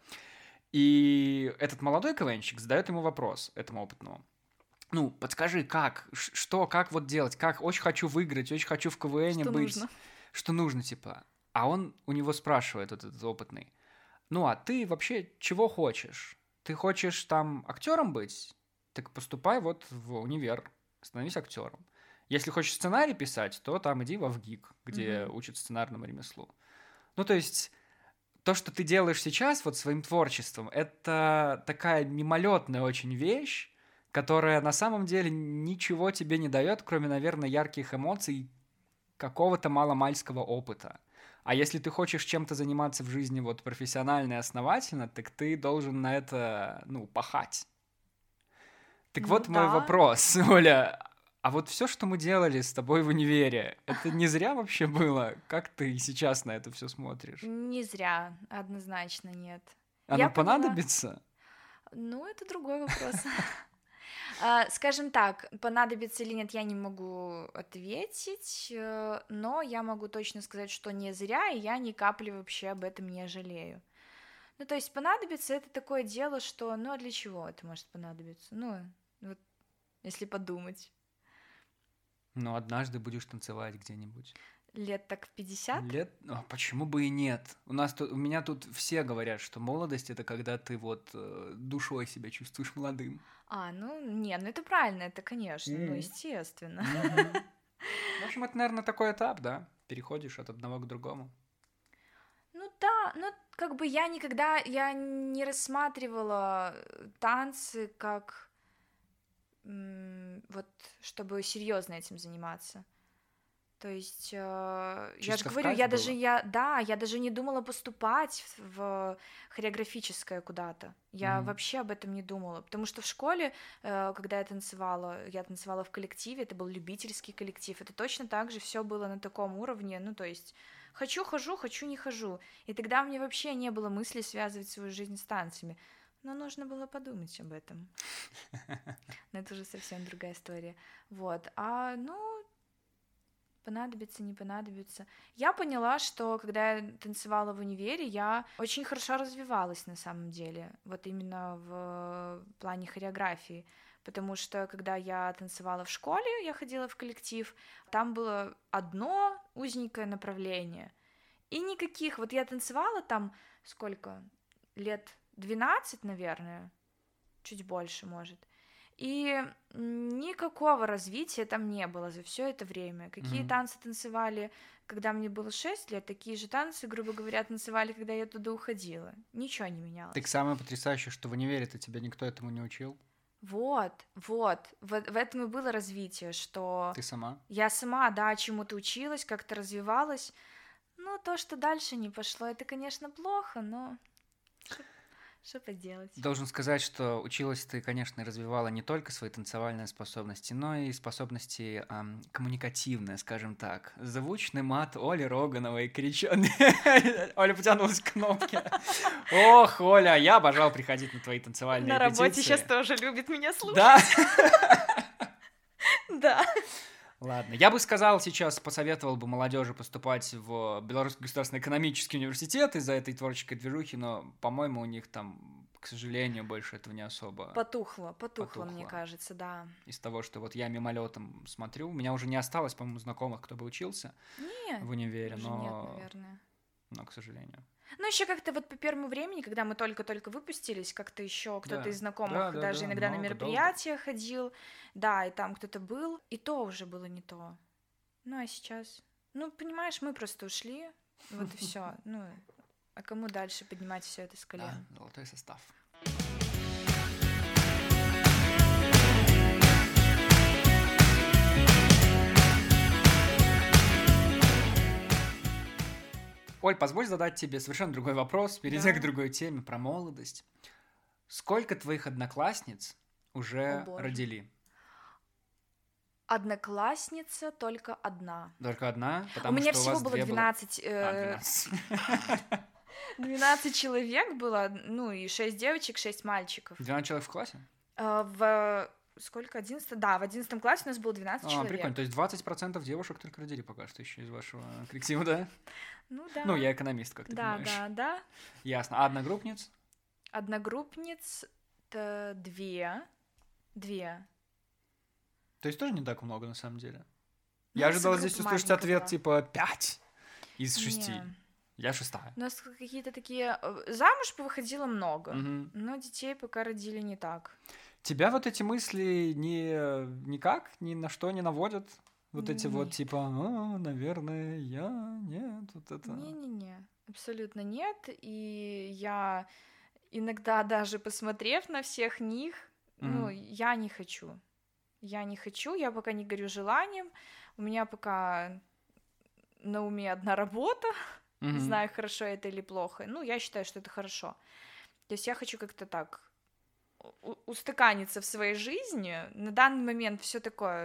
И этот молодой КВНщик задает ему вопрос, этому опытному. Ну, подскажи, как, что, как вот делать, как, очень хочу выиграть, очень хочу в КВНе что быть. Нужно? Что нужно, типа. А он у него спрашивает, вот этот опытный: ну, а ты вообще чего хочешь? Ты хочешь там актером быть? Так поступай вот в универ, становись актером. Если хочешь сценарий писать, то там иди во ВГИК, где mm-hmm. учат сценарному ремеслу. Ну, то есть... То, что ты делаешь сейчас вот своим творчеством, это такая мимолетная очень вещь, которая на самом деле ничего тебе не дает, кроме, наверное, ярких эмоций, какого-то маломальского опыта. А если ты хочешь чем-то заниматься в жизни вот профессионально и основательно, так ты должен на это, ну, пахать. Так ну, вот да. Мой вопрос, Оля. А вот все, что мы делали с тобой в универе, это не зря вообще было? Как ты сейчас на это все смотришь? Не зря, однозначно нет. Оно Я понадобится? Поняла... Ну, это другой вопрос. А, скажем так, понадобится или нет, я не могу ответить, э, но я могу точно сказать, что не зря, и я ни капли вообще об этом не жалею. Ну, то есть понадобится это такое дело, что, ну, а для чего это может понадобиться? Ну, вот, если подумать. Ну, однажды будешь танцевать где-нибудь. Лет так в пятьдесят? Лет? А почему бы и нет? У нас тут, у меня тут все говорят, что молодость — это когда ты вот э, душой себя чувствуешь молодым. А, ну, не, ну это правильно, это, конечно, ну, М. естественно. Мгм. В общем, это, наверное, такой этап, да? Переходишь от одного к другому. Ну да, ну как бы я никогда, я не рассматривала э, танцы как м, вот, чтобы серьезно этим заниматься. То есть, э, я же Чисто в говорю, кайф я даже, было? я, да, я даже не думала поступать в, в хореографическое куда-то. Я Мгм. вообще об этом не думала, потому что в школе, э, когда я танцевала, я танцевала в коллективе, это был любительский коллектив, это точно так же все было на таком уровне, ну, то есть, хочу, хожу, хочу, не хожу. И тогда мне вообще не было мысли связывать свою жизнь с танцами. Но нужно было подумать об этом. Но это уже совсем другая история. Вот. А, ну, понадобится, не понадобится. Я поняла, что когда я танцевала в универе, я очень хорошо развивалась на самом деле, вот именно в плане хореографии, потому что когда я танцевала в школе, я ходила в коллектив, там было одно узенькое направление, и никаких, вот я танцевала там сколько, лет двенадцать, наверное, чуть больше, может, и никакого развития там не было за все это время. Какие Мгм. танцы танцевали, когда мне было шесть лет, такие же танцы, грубо говоря, танцевали, когда я туда уходила. Ничего не Так менялось. самое потрясающее, что в универе-то тебя никто этому не учил. Вот, вот, в, в этом и было развитие, что Ты сама. я сама, да, чему-то училась, как-то развивалась. Ну, то, что дальше не пошло, это, конечно, плохо, но что поделать. Должен сказать, что училась ты, конечно, и развивала не только свои танцевальные способности, но и способности ам, коммуникативные, скажем так. Звучный мат Оли Рогановой, кричаный. Оля потянулась к кнопке. Ох, Оля, я обожал приходить на твои танцевальные На работе репетиции. сейчас тоже любит меня слушать. Да? Да. Ладно, я бы сказал сейчас, посоветовал бы молодежи поступать в Белорусский государственный экономический университет из-за этой творческой движухи, но, по-моему, у них там, к сожалению, больше этого не особо. Потухло, потухло, Потухло. мне кажется, да. Из того, что вот я мимолетом смотрю, у меня уже не осталось, по-моему, знакомых, кто бы учился Нет, в универе, уже но, нет, наверное. но, к сожалению. Ну, еще как-то вот по первому времени, когда мы только-только выпустились, как-то еще кто-то Да, из знакомых да, да, даже да, иногда на много, долго. мероприятия ходил, да, и там кто-то был, и то уже было не то. Ну, а сейчас, ну, понимаешь, мы просто ушли, вот и все. Ну, а кому дальше поднимать все это с Да, колен? золотой состав. Оль, позволь задать тебе совершенно другой вопрос, перейдя Да. к другой теме про молодость. Сколько твоих одноклассниц О, уже боже. родили? Одноклассница только одна. Только одна? У Потому меня что у всего вас было две было- двенадцать, А, э, двенадцать. двенадцать человек было, ну, и шесть девочек, шесть мальчиков. двенадцать человек в классе? А, В сколько, одиннадцатом? Да, в одиннадцатом классе у нас было двенадцать А, человек. прикольно. То есть двадцать процентов девушек только родили пока что еще из вашего коллектива, да? Ну да. Ну, я экономист, как ты Да, понимаешь. да, да. Ясно. А одногруппниц? Одногруппниц -то две. Две. То есть тоже не так много, на самом деле. Ну, Я у нас ожидал группа здесь услышать маленькая ответ была. типа пять из шести. Не. Я шестая. У нас какие-то такие... э, Замуж повыходило много, Мгм. но детей пока родили не так. Тебя вот эти мысли не, никак, ни на что не наводят? Вот эти вот Нет. типа, «А, наверное, я, нет, вот это. Не-не-не, абсолютно нет. И я иногда даже посмотрев на всех них, ну, Мгм. я не хочу. Я не хочу, я пока не горю желанием. У меня пока на уме одна работа. Не Мгм. знаю, хорошо это или плохо. Ну, я считаю, что это хорошо. То есть я хочу как-то так у- устаканиться в своей жизни. На данный момент все такое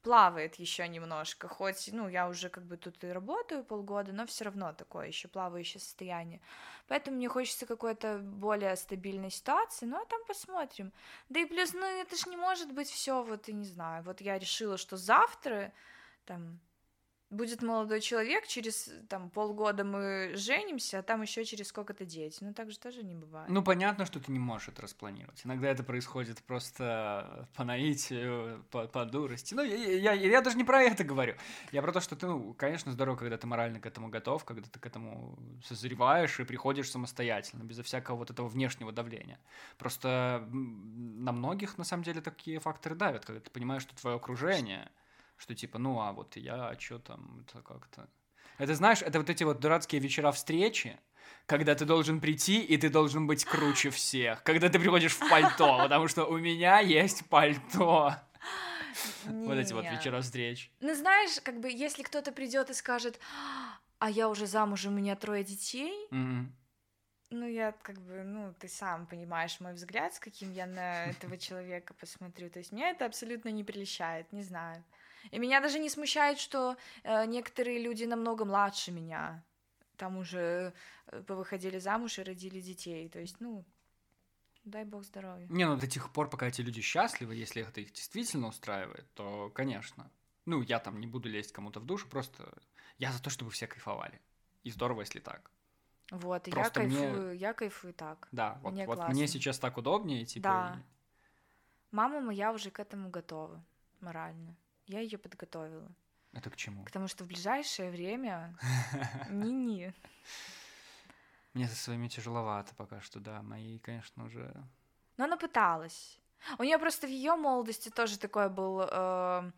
плавает еще немножко, хоть, ну, я уже как бы тут и работаю полгода, но все равно такое еще плавающее состояние. Поэтому мне хочется какой-то более стабильной ситуации, ну, а там посмотрим. Да и плюс, ну, это ж не может быть все, вот, и не знаю, вот я решила, что завтра, там, будет молодой человек, через там полгода мы женимся, а там еще через сколько-то дети. Ну, так же тоже не бывает. Ну, понятно, что ты не можешь это распланировать. Иногда это происходит просто по наитию, по, по дурости. Ну, я, я, я даже не про это говорю. Я про то, что ты, ну, конечно, здорово, когда ты морально к этому готов, когда ты к этому созреваешь и приходишь самостоятельно, безо всякого вот этого внешнего давления. Просто на многих, на самом деле, такие факторы давят, когда ты понимаешь, что твое окружение... Что типа, ну а вот я, а чё там, это как-то... Это, знаешь, это вот эти вот дурацкие вечера встречи, когда ты должен прийти, и ты должен быть круче всех. Когда ты приходишь в пальто, потому что у меня есть пальто. Вот эти вот вечера встреч. Ну, знаешь, как бы, если кто-то придет и скажет, а я уже замужем, у меня трое детей... Ну, я как бы, ну, ты сам понимаешь мой взгляд, с каким я на этого человека посмотрю. То есть меня это абсолютно не прельщает, не знаю. И меня даже не смущает, что э, некоторые люди намного младше меня, там уже э, повыходили замуж и родили детей. То есть, ну, дай бог здоровья. Не, ну, до тех пор, пока эти люди счастливы, если это их действительно устраивает, то, конечно. Ну, я там не буду лезть кому-то в душу, просто я за то, чтобы все кайфовали. И здорово, если так. Вот, и я кайфую, мне... я кайфую так. Да, вот мне, вот мне сейчас так удобнее, типа... Да. Мама моя уже к этому готова, морально. Я ее подготовила. Это к чему? К тому, что в ближайшее время ни-ни. Мне со своими тяжеловато пока что, да. Мои, конечно, уже... Но она пыталась. У нее просто в ее молодости тоже такое был... Э...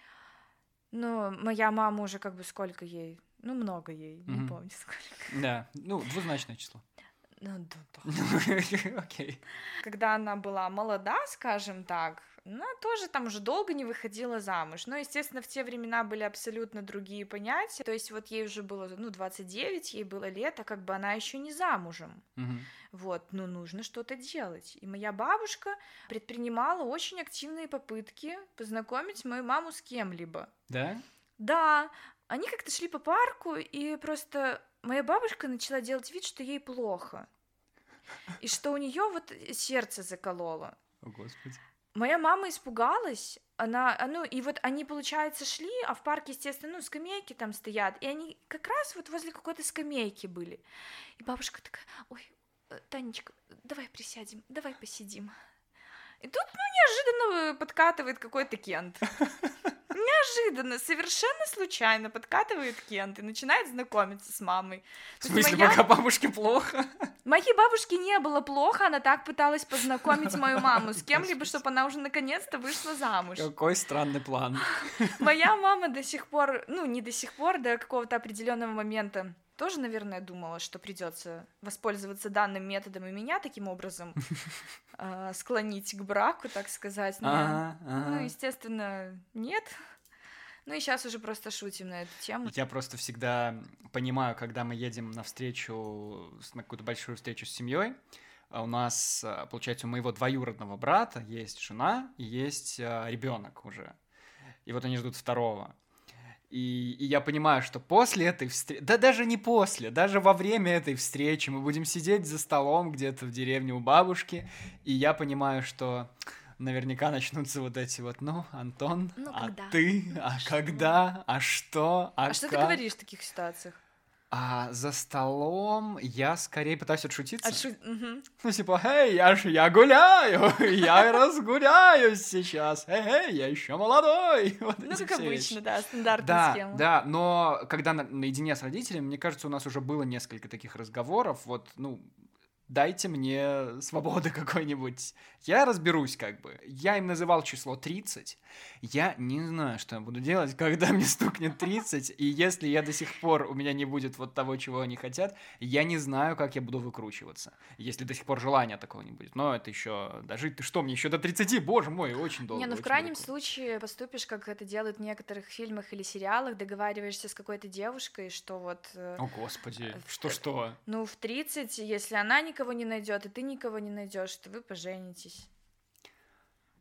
Ну, моя мама уже как бы сколько ей? Ну, много ей, mm-hmm. не помню сколько. Да, ну, двузначное число. Ну, да, да. Окей. Когда она была молода, скажем так, она тоже там уже долго не выходила замуж. Но, естественно, в те времена были абсолютно другие понятия. То есть вот ей уже было, ну, двадцать девять, ей было лет, а как бы она еще не замужем. Mm-hmm. Вот, ну, нужно что-то делать. И моя бабушка предпринимала очень активные попытки познакомить мою маму с кем-либо. Да? Да. Они как-то шли по парку, и просто моя бабушка начала делать вид, что ей плохо. И что у нее вот сердце закололо. О, Господи. Моя мама испугалась, она, ну, и вот они, получается, шли, а в парке, естественно, ну, скамейки там стоят, и они как раз вот возле какой-то скамейки были. И бабушка такая, ой, Танечка, давай присядем, давай посидим. И тут, ну, неожиданно подкатывает какой-то Кент. Неожиданно, совершенно случайно подкатывает Кент и начинает знакомиться с мамой. В смысле, моя... пока бабушке плохо? Моей бабушке не было плохо, она так пыталась познакомить мою маму с кем-либо, чтобы она уже наконец-то вышла замуж. Какой странный план. Моя мама до сих пор, ну, не до сих пор, до какого-то определенного момента тоже, наверное, думала, что придется воспользоваться данным методом и меня таким образом э, склонить к браку, так сказать. Но, ага, ага. Ну, естественно, нет. Ну и сейчас уже просто шутим на эту тему. Я просто всегда понимаю, когда мы едем на встречу, на какую-то большую встречу с семьей, у нас, получается, у моего двоюродного брата есть жена и есть ребенок уже. И вот они ждут второго. И, и я понимаю, что после этой встречи, да даже не после, даже во время этой встречи мы будем сидеть за столом где-то в деревне у бабушки, и я понимаю, что наверняка начнутся вот эти вот, ну, Антон, ну, а когда? ты, а что? Когда, а что, а А что как? ты говоришь в таких ситуациях? А за столом я скорее пытаюсь отшутиться. Отшу... Угу. Ну, типа, эй, я ж я гуляю, я разгуляюсь сейчас, эй, я еще молодой. Вот ну, как обычно, вещи. Да, стандартная да, схема. Да, но когда на, наедине с родителями, мне кажется, у нас уже было несколько таких разговоров, вот, ну, дайте мне свободы какой-нибудь. Я разберусь, как бы. Я им называл число тридцать. Я не знаю, что я буду делать, когда мне стукнет тридцать. И если я до сих пор, у меня не будет вот того, чего они хотят, я не знаю, как я буду выкручиваться. Если до сих пор желания такого не будет. Но это еще дожить. Ты что, мне еще до тридцати? Боже мой, очень долго. Не, ну в очень крайнем далеко. случае поступишь, как это делают в некоторых фильмах или сериалах, договариваешься с какой-то девушкой, что вот... О, Господи, что-что? Ну, в тридцать, если она никого не найдет, и ты никого не найдешь, то вы поженитесь.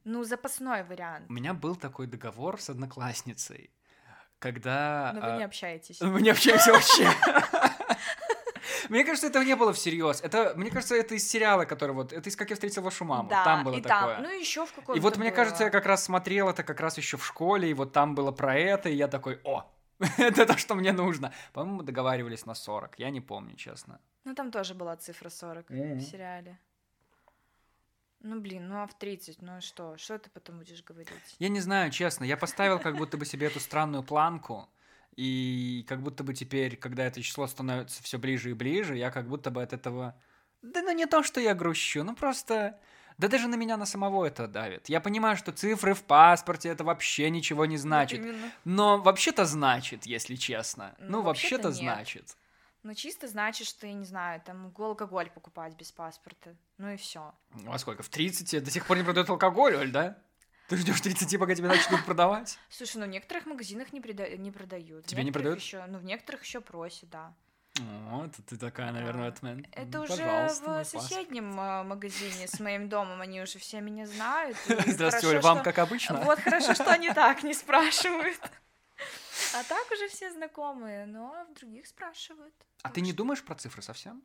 Ну, запасной вариант. У меня был такой договор с одноклассницей, когда... Но вы не общаетесь. Мы не общаемся вообще. Мне кажется, этого не было всерьез. Это, мне кажется, это из сериала, который вот... Это из «Как я встретил вашу маму». Да, там было и такое. там, ну, еще в каком-то И вот, мне было. кажется, я как раз смотрел это как раз еще в школе, и вот там было про это, и я такой, о, это то, что мне нужно. По-моему, мы договаривались на сорок, я не помню, честно. Ну, там тоже была цифра сорок Mm-hmm. в сериале. Ну, блин, ну а в тридцать, ну и что? Что ты потом будешь говорить? Я не знаю, честно, я поставил как будто бы себе эту странную планку, и как будто бы теперь, когда это число становится все ближе и ближе, я как будто бы от этого... Да ну не то, что я грущу, ну просто... Да даже на меня на самого это давит. Я понимаю, что цифры в паспорте это вообще ничего не значит. Вот именно. Но вообще-то значит, если честно. Ну, Ну, вообще-то, вообще-то нет. значит. Ну, чисто значит, что, я не знаю, там могу алкоголь покупать без паспорта. Ну и все. Во сколько? В тридцать до сих пор не продают алкоголь, Оль, да? Ты ждешь тридцати, пока тебе начнут продавать? Слушай, ну в некоторых магазинах не, прида- не продают. В Тебе не некоторых продают? Еще, ну, в некоторых еще просят, да. О, это ты такая, наверное, Да. в этот момент. Это М, уже пожалуйста, в мой паспорт. соседнем э, магазине с моим домом, они уже все меня знают. и Здравствуйте, хорошо, Оль, вам что- как обычно? Вот хорошо, что они так не спрашивают. А так уже все знакомые, но в других спрашивают. А ты не думаешь про цифры совсем?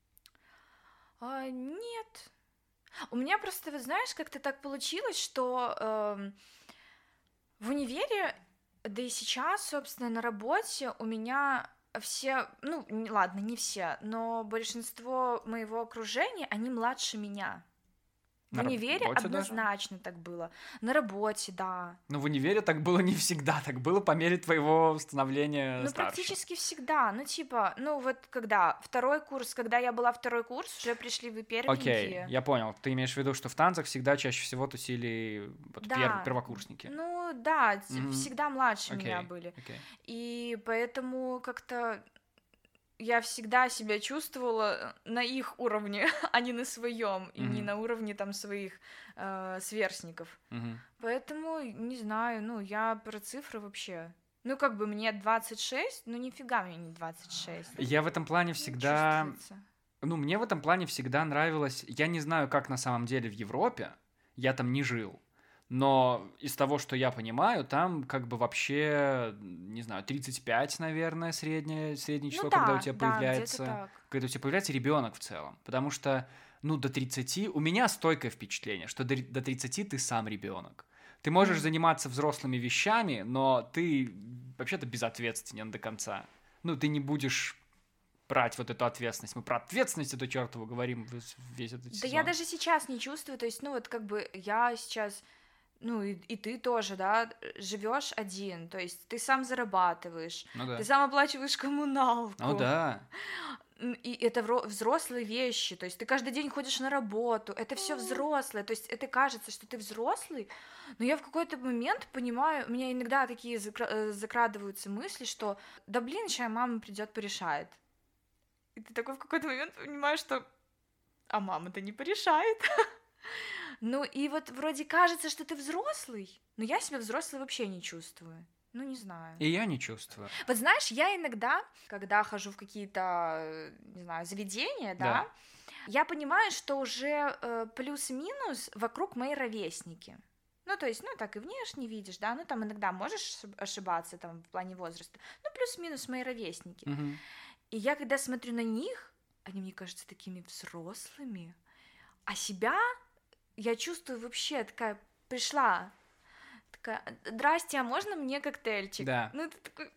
А, нет. У меня просто, вот знаешь, как-то так получилось, что эм, в универе, да и сейчас, собственно, на работе у меня все, ну, не- ладно, не все, но большинство моего окружения, они младше меня. В На универе работе даже? однозначно так было. На работе, да. Ну, в универе так было не всегда, так было по мере твоего становления Ну, старше. практически всегда. Ну, типа, ну, вот когда второй курс, когда я была второй курс, уже пришли вы Окей, первенькие. я понял. Ты имеешь в виду, что в танцах всегда чаще всего тусили вот Да. пер- первокурсники. Ну, да, т- Мгм. всегда младше меня Окей, были. окей. И поэтому как-то я всегда себя чувствовала на их уровне, а не на своем, и не Мгм. на уровне там своих э, сверстников. Мгм. Поэтому, не знаю, ну, я про цифры вообще. Ну, как бы мне двадцать шесть, ну, нифига мне не двадцать шесть. Я в этом плане Ну, всегда... чувствуется. Ну, мне в этом плане всегда нравилось... Я не знаю, как на самом деле в Европе, я там не жил, но из того, что я понимаю, там как бы вообще, не знаю, тридцать пять, наверное, среднее, среднее число, Ну когда у да, тебя да, где-то появляется... так. Когда у тебя появляется ребенок в целом. Потому что, ну, до тридцати... У меня стойкое впечатление, что до, до тридцати ты сам ребенок. Ты можешь Мгм. заниматься взрослыми вещами, но ты вообще-то безответственен до конца. Ну, ты не будешь брать вот эту ответственность. Мы про ответственность эту чертову говорим весь, весь этот Да сезон. я даже сейчас не чувствую, то есть, ну, вот как бы я сейчас, ну, и, и ты тоже, да, живешь один, то есть ты сам зарабатываешь, Ну да. ты сам оплачиваешь коммуналку. Ну да. М, И это вро- взрослые вещи, то есть ты каждый день ходишь на работу, это все взрослое, то есть это кажется, что ты взрослый, но я в какой-то момент понимаю, у меня иногда такие закра- э, закрадываются мысли, что да блин, сейчас мама придет порешает. И ты такой в какой-то момент понимаешь, что а мама-то не порешает. Ну и вот вроде кажется, что ты взрослый, но я себя взрослой вообще не чувствую. Ну, не знаю. И я не чувствую. Вот знаешь, я иногда, когда хожу в какие-то, э, не знаю, заведения, да, Да. я понимаю, что уже э, плюс-минус вокруг мои ровесники. Ну, то есть, ну, так и внешне видишь, да, ну, там иногда можешь ошиб- ошибаться там в плане возраста, ну, плюс-минус мои ровесники. Мгм. И я, когда смотрю на них, они мне кажутся такими взрослыми, а себя я чувствую вообще такая, пришла, такая, здрасте, а можно мне коктейльчик? Да. Ну, ты такой,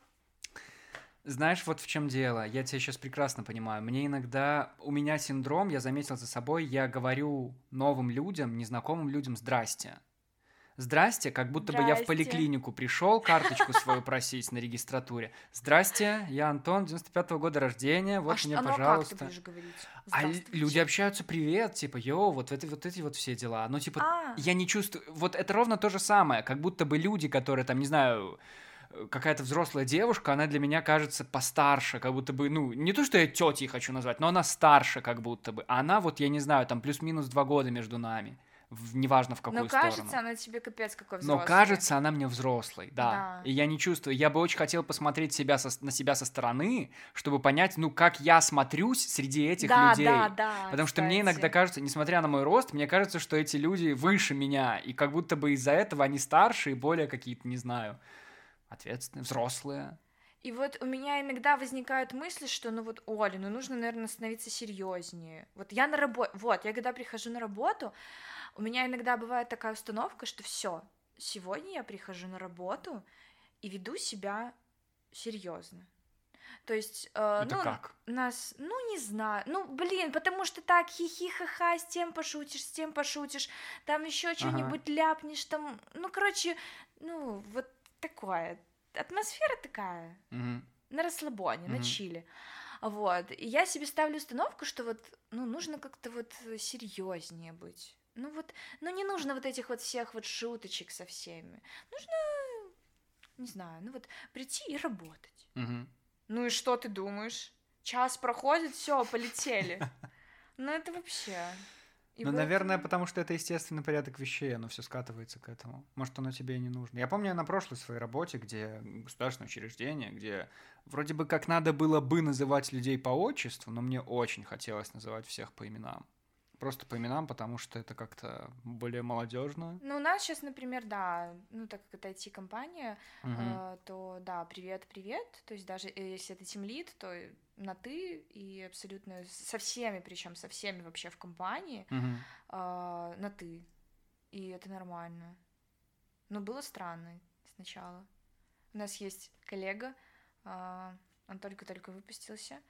Знаешь, вот в чем дело. Я тебя сейчас прекрасно понимаю. Мне иногда... У меня синдром, я заметил за собой, я говорю новым людям, незнакомым людям «здрасте». Здрасте, как будто бы я в Здрасте. поликлинику пришел карточку свою просить на регистратуре. Здрасте, я Антон, девяносто пятого года рождения, вот а, ш- мне, а ну а как ты пожалуйста. будешь говорить? А л- Здравствуйте. люди общаются, привет, типа, йоу, вот это вот эти вот все дела. Ну, типа, А. я не чувствую... Вот это ровно то же самое, как будто бы люди, которые там, не знаю, э, какая-то взрослая девушка, она для меня кажется постарше, как будто бы, ну, не то, что я тетей хочу назвать, но она старше как будто бы. А она вот, я не знаю, там плюс-минус два года между нами. в, неважно в какую Но сторону. кажется, она тебе капец какой взрослый. Но кажется, она мне взрослой, да. Да. И я не чувствую, я бы очень хотел посмотреть себя со, на себя со стороны, чтобы понять, ну, как я смотрюсь среди этих да, людей. Да, да, Потому кстати. что мне иногда кажется, несмотря на мой рост, мне кажется, что эти люди выше меня, и как будто бы из-за этого они старше и более какие-то, не знаю, ответственные, взрослые. И вот у меня иногда возникают мысли, что, ну вот, Оля, ну нужно, наверное, становиться серьезнее. Вот я на работе, вот, я когда прихожу на работу, у меня иногда бывает такая установка, что все, сегодня я прихожу на работу и веду себя серьезно. То есть, э, Это ну, как? нас, ну, не знаю, ну, блин, потому что так хихи-ха-ха, с тем пошутишь, с тем пошутишь, там еще что-нибудь ага. ляпнешь, там, ну, короче, ну, вот такое. Атмосфера такая, угу. на расслабоне, угу. на чиле. Вот. И я себе ставлю установку, что вот, ну, нужно как-то вот серьезнее быть. Ну вот, ну не нужно вот этих вот всех вот шуточек со всеми. Нужно, не знаю, ну вот прийти и работать. Угу. Ну и что ты думаешь? Час проходит, все, полетели. Ну это вообще... И ну, наверное, этом... потому что это естественный порядок вещей, оно все скатывается к этому. Может, оно тебе и не нужно. Я помню на прошлой своей работе, где государственное учреждение, где вроде бы как надо было бы называть людей по отчеству, но мне очень хотелось называть всех по именам. Просто по именам, потому что это как-то более молодежно. Ну, у нас сейчас, например, да, ну, так как это ай ти-компания, угу. э, то, да, привет-привет, то есть даже если это тимлид, то на «ты» и абсолютно со всеми, причем со всеми вообще в компании, угу. э, на «ты», и это нормально. Но было странно сначала. У нас есть коллега, э, он только-только выпустился.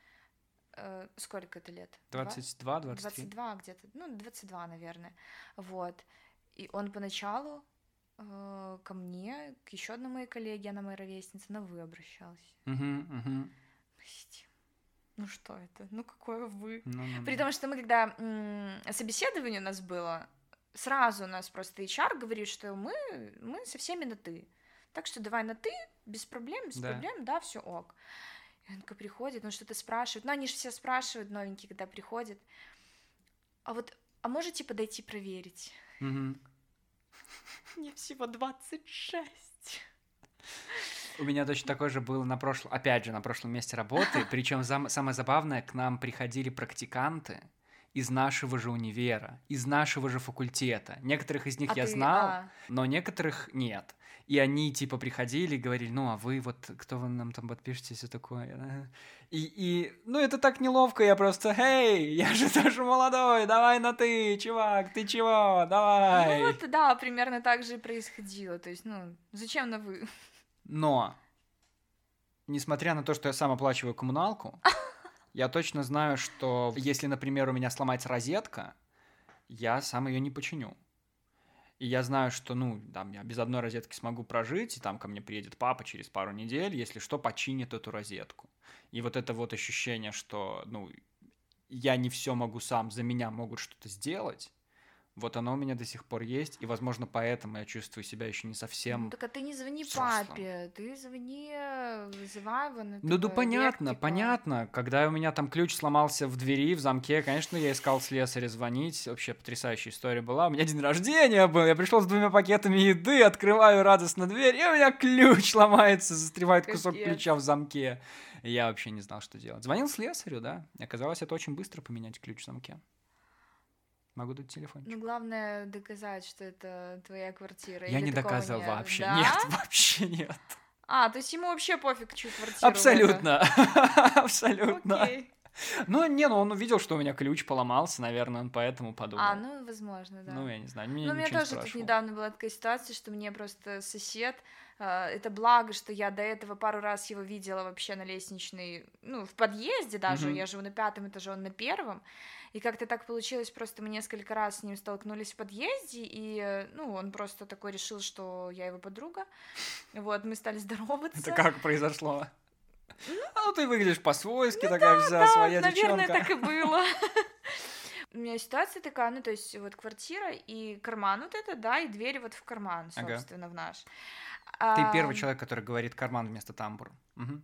Сколько это лет? двадцать два двадцать три двадцать два где-то, ну, двадцать два, наверное. Вот. И он поначалу э, ко мне, к еще одной моей коллеге, она моя ровесница, на «вы» обращалась. Угу, угу. Прости. Ну что это? Ну какое «вы»? Ну, ну, При том, что мы, когда м- собеседование у нас было, сразу у нас просто эйч ар говорит, что мы, мы со всеми на «ты». Так что давай на «ты», без проблем, без да. проблем, да, все ок. И он приходит, он что-то спрашивает. Ну, они же все спрашивают, новенькие, когда приходят. А вот, а можете подойти проверить? Угу. Мне всего двадцать шесть. У меня точно такое же было на прошлом, опять же, на прошлом месте работы. Причем зам... самое забавное, к нам приходили практиканты из нашего же универа, из нашего же факультета. Некоторых из них а я ты... знал, а. но некоторых нет. И они, типа, приходили и говорили, ну, а вы вот, кто вы нам там подпишете, все такое. И, и, ну, это так неловко, я просто, эй, я же тоже молодой, давай на «ты», чувак, ты чего, давай. Ну, вот, да, примерно так же и происходило, то есть, ну, зачем на «вы»? Но, несмотря на то, что я сам оплачиваю коммуналку, я точно знаю, что если, например, у меня сломается розетка, я сам ее не починю. И я знаю, что, ну, там, я без одной розетки смогу прожить, и там ко мне приедет папа через пару недель, если что, починит эту розетку. И вот это вот ощущение, что, ну, я не все могу сам, за меня могут что-то сделать, вот оно у меня до сих пор есть, и, возможно, поэтому я чувствую себя еще не совсем Ну, так а ты не звони взрослым. папе, ты звони, вызывай его на Ну, да понятно, электрика. понятно. Когда у меня там ключ сломался в двери, в замке, конечно, я искал слесаря звонить. Вообще потрясающая история была. У меня день рождения был, я пришел с двумя пакетами еды, открываю радостно дверь, и у меня ключ ломается, застревает кусок Капец. ключа в замке. И я вообще не знал, что делать. Звонил слесарю, да. И оказалось, это очень быстро поменять ключ в замке. Могу дать телефон. Ну, главное доказать, что это твоя квартира. Я или не такого доказывал нет? вообще. Да? Нет, вообще нет. А, то есть ему вообще пофиг, чью квартиру. Абсолютно. Абсолютно. Окей. Ну, не, ну он увидел, что у меня ключ поломался, наверное, он поэтому подумал. А, ну, возможно, да. Ну, я не знаю, меня Ну, у меня ничего не тоже тут спрашивал. недавно была такая ситуация, что мне просто сосед, э, это благо, что я до этого пару раз его видела вообще на лестничной, ну, в подъезде даже, Мгм. я живу на пятом этаже, он на первом, и как-то так получилось, просто мы несколько раз с ним столкнулись в подъезде, и, э, ну, он просто такой решил, что я его подруга, вот, мы стали здороваться. Это как произошло? А ну ты выглядишь по-свойски, такая вся своя наверное, девчонка. так и было. У меня ситуация такая, ну, то есть вот квартира и карман вот это, да, и дверь вот в карман, Ага. собственно, в наш. Ты А, первый человек, который говорит карман вместо тамбур. Мгм.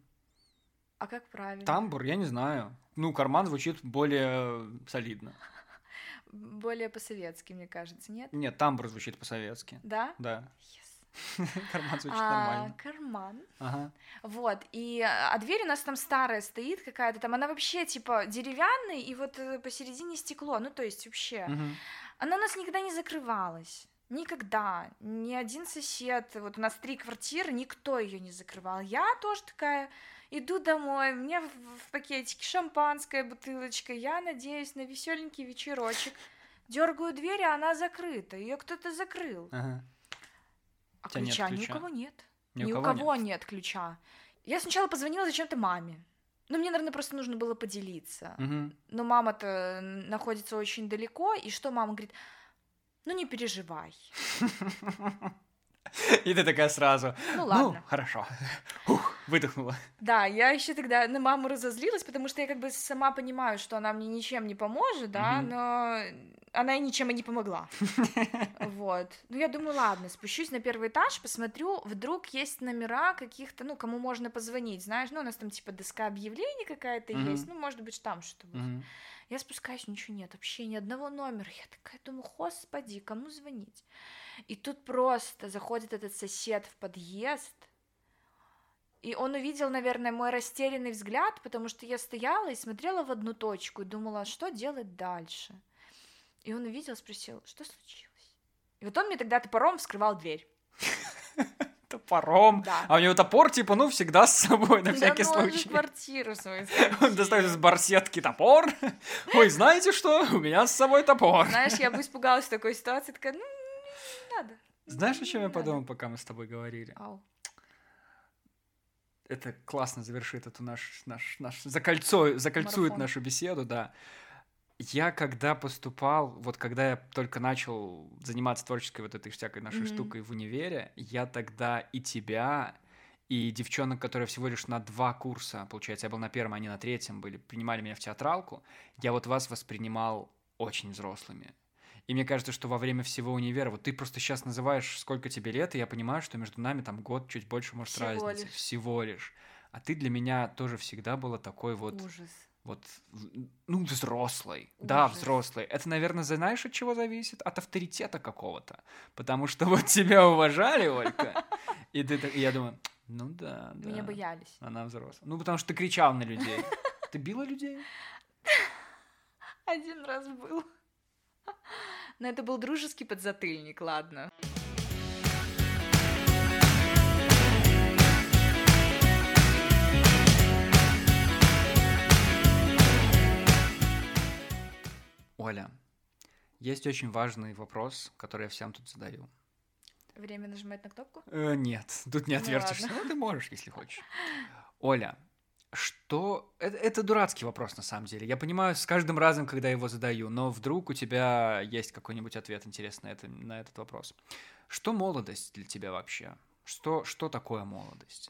А как правильно? Тамбур, я не знаю. Ну, карман звучит более солидно. более по-советски, мне кажется, нет? Нет, тамбур звучит по-советски. Да? Да. Yes. Карман звучит а, нормально. Карман. Ага. Вот, и а дверь у нас там старая стоит какая-то, там она вообще типа деревянная, и вот посередине стекло, ну то есть вообще. Угу. Она у нас никогда не закрывалась. Никогда. Ни один сосед, вот у нас три квартиры, никто ее не закрывал. Я тоже такая иду домой, у меня в, в пакетике шампанское, бутылочка, я надеюсь на веселенький вечерочек. Дергаю дверь, а она закрыта, ее кто-то закрыл. Ага. А ключа, нет ни ключа. у кого нет. Ни, Ни у у кого, кого нет. нет ключа. Я сначала позвонила зачем-то маме. Ну, мне, наверное, просто нужно было поделиться. Угу. Но мама-то находится очень далеко, и что мама говорит? Ну, не переживай. И ты такая сразу, ну ладно, ну, хорошо, Ух, выдохнула. Да, я еще тогда на маму разозлилась, потому что я как бы сама понимаю, что она мне ничем не поможет, да, Мгм. но она и ничем и не помогла. Вот. Ну, я думаю, ладно, спущусь на первый этаж, посмотрю, вдруг есть номера каких-то, ну, кому можно позвонить, знаешь, ну, у нас там типа доска объявлений какая-то Мгм. есть, ну, может быть, там что-то будет. Мгм. Я спускаюсь, ничего нет, вообще ни одного номера. Я такая думаю, господи, кому звонить? И тут просто заходит этот сосед в подъезд, и он увидел, наверное, мой растерянный взгляд, потому что я стояла и смотрела в одну точку и думала, что делать дальше. И он увидел, спросил, что случилось? И вот он мне тогда топором вскрывал дверь. Топором. Да. А у него топор, типа, ну, всегда с собой, на всякий да, ну, он же случай. квартиру свою Он достает из барсетки топор. Ой, знаете что? У меня с собой топор. Знаешь, я бы испугалась в такой ситуации, такая, ну, не надо. Знаешь, о чем я Не надо. подумал, пока мы с тобой говорили? Ау. Это классно завершит эту наш, наш, наш закольцо, закольцует Марафон. нашу беседу, да. Я когда поступал, вот когда я только начал заниматься творческой вот этой всякой нашей Мгм. штукой в универе, я тогда и тебя, и девчонок, которые всего лишь на два курса, получается, я был на первом, они на третьем были, принимали меня в театралку, я вот вас воспринимал очень взрослыми. И мне кажется, что во время всего универа, вот ты просто сейчас называешь, сколько тебе лет, и я понимаю, что между нами там год, чуть больше, может, Всего разницы. лишь. Всего лишь. А ты для меня тоже всегда была такой вот, Ужас. вот, в- ну, взрослой. Да, Ужас. взрослой. Это, наверное, знаешь, от чего зависит? От авторитета какого-то. Потому что вот тебя уважали, Олька, и ты так- и я думаю, ну да, да. Меня боялись. Она взрослая. Ну, потому что ты кричал на людей. Ты била людей? Один раз был. Но это был дружеский подзатыльник, ладно. Оля, есть очень важный вопрос, который я всем тут задаю. Время нажимать на кнопку? Э, нет, тут не Ну отвертишься. ладно. Ну, ты можешь, если хочешь. Оля, что... Это, это дурацкий вопрос, на самом деле. Я понимаю, с каждым разом, когда я его задаю, но вдруг у тебя есть какой-нибудь ответ интересный на, это, на этот вопрос. Что молодость для тебя вообще? Что, что такое молодость?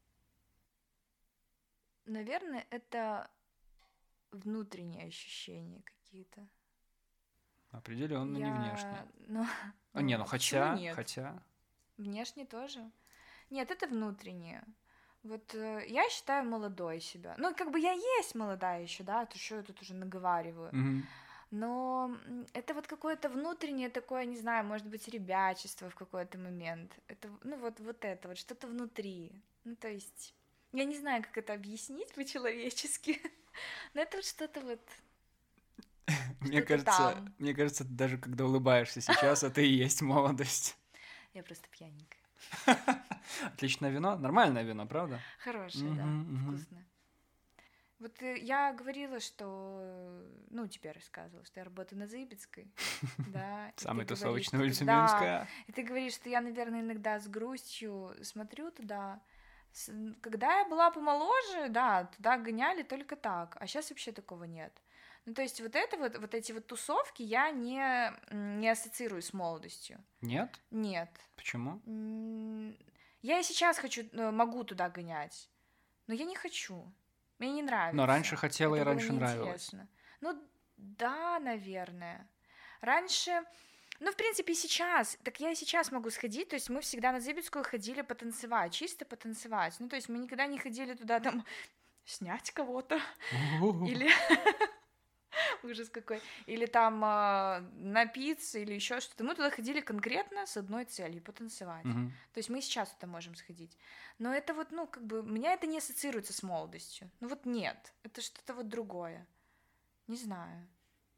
Наверное, это внутренние ощущения какие-то. Определенно не Я- внешне. Ну, А, не, ну почему хотя, нет? хотя... Внешне тоже. Нет, это внутреннее. Вот э, я считаю молодой себя. Ну, как бы я есть молодая еще, да, то что я тут уже наговариваю. Мгм. Но м, это вот какое-то внутреннее такое, не знаю, может быть, ребячество в какой-то момент. Это, ну, вот, вот это вот, что-то внутри. Ну, то есть, я не знаю, как это объяснить по-человечески, но это вот что-то вот... Мне Что-то кажется, там. мне кажется, даже когда улыбаешься сейчас, это и есть молодость. Я просто пьяненькая. Отличное вино, нормальное вино, правда? Хорошее, да, Мгм, мгм. вкусное. Вот э, я говорила, что, э, ну, тебе рассказывала, что я работаю на Заибицкой, да. и ты Самый говоришь, тусовочный что улица да, Минская. И ты говоришь, что я, наверное, иногда с грустью смотрю туда. С- н- Когда я была помоложе, да, туда гоняли только так, а сейчас вообще такого нет. Ну, то есть вот это вот, вот эти вот тусовки я не, м, не ассоциирую с молодостью. Нет? Нет. Почему? М, Я и сейчас хочу, э, могу туда гонять, но я не хочу. Мне не нравится. Но раньше хотела Это и было раньше нравилось. неинтересно. Ну, да, наверное. Раньше... Ну, в принципе, и сейчас. Так я и сейчас могу сходить. То есть мы всегда на Зыбицкую ходили потанцевать, чисто потанцевать. Ну, то есть мы никогда не ходили туда там снять кого-то или... Ужас какой. Или там э, напиться, или еще что-то. Мы туда ходили конкретно с одной целью — потанцевать. Мгм. То есть мы и сейчас туда можем сходить. Но это вот, ну, как бы, у меня это не ассоциируется с молодостью. Ну вот нет, это что-то вот другое. Не знаю.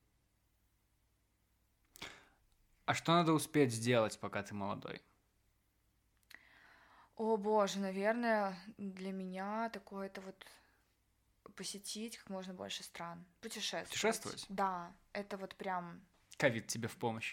А что надо успеть сделать, пока ты молодой? О боже, наверное, для меня такое это вот посетить как можно больше стран, путешествовать. Путешествовать? Да, это вот прям... Ковид тебе в помощь.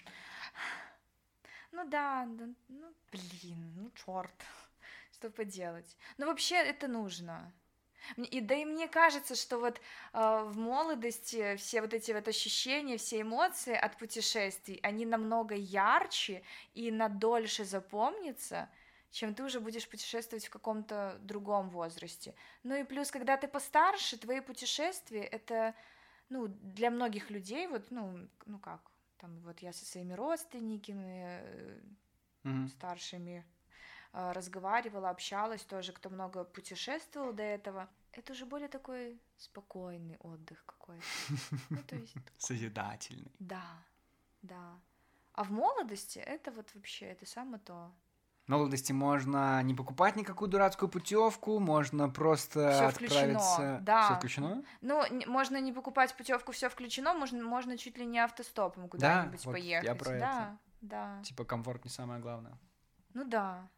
Ну да, да, ну блин, ну черт, что поделать. Но вообще это нужно. Мне- И да и мне кажется, что вот э, в молодости все вот эти вот ощущения, все эмоции от путешествий, они намного ярче и надольше запомнятся, чем ты уже будешь путешествовать в каком-то другом возрасте. Ну и плюс, когда ты постарше, твои путешествия — это, ну, для многих людей, вот, ну, ну как, там вот я со своими родственниками э, Мгм. старшими э, разговаривала, общалась тоже, кто много путешествовал до этого. Это уже более такой спокойный отдых какой-то. Ну, то есть, Созидательный. да, да. А в молодости это вот вообще, это самое то. В молодости можно не покупать никакую дурацкую путевку, можно просто Всё включено, отправиться. да. Все включено? Ну, н- можно не покупать путевку, все включено, можно, можно чуть ли не автостопом Да, куда-нибудь вот поехать. я про это. Да, да. Типа комфорт не самое главное. Ну да.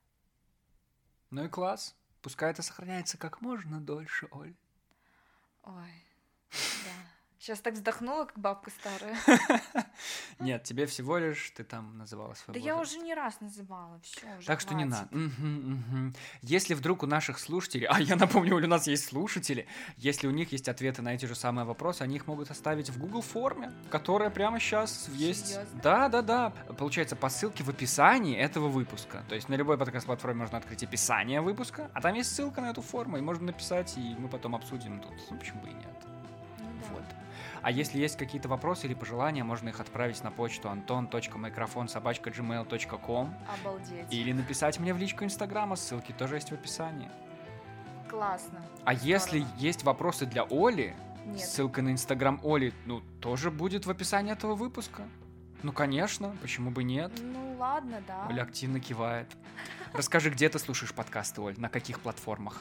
Ну и класс. Пускай это сохраняется как можно дольше, Оль. Ой, да. Сейчас так вздохнула, как бабка старая. Нет, тебе всего лишь ты там называла свой Да я возраст. уже не раз называла, все уже. Так что не хватит. надо. Мгм, мгм. Если вдруг у наших слушателей, а я напомню, у нас есть слушатели, если у них есть ответы на эти же самые вопросы, они их могут оставить в Google форме, которая прямо сейчас есть. Серьёзно? Да, да, да. Получается, по ссылке в описании этого выпуска. То есть на любой подкаст-платформе можно открыть описание выпуска, а там есть ссылка на эту форму, и можно написать, и мы потом обсудим тут. Ну, почему бы и нет. Ну да. Вот. А если есть какие-то вопросы или пожелания, можно их отправить на почту антон точка микрофон собака джи мейл точка ком Обалдеть. или написать мне в личку Инстаграма, ссылки тоже есть в описании. Классно. А если Здорово. есть вопросы для Оли, Нет. ссылка на Инстаграм Оли, ну, тоже будет в описании этого выпуска. Ну, конечно, почему бы нет? Ну ладно, да. Оля активно кивает. Расскажи, где ты слушаешь подкасты, Оль, на каких платформах?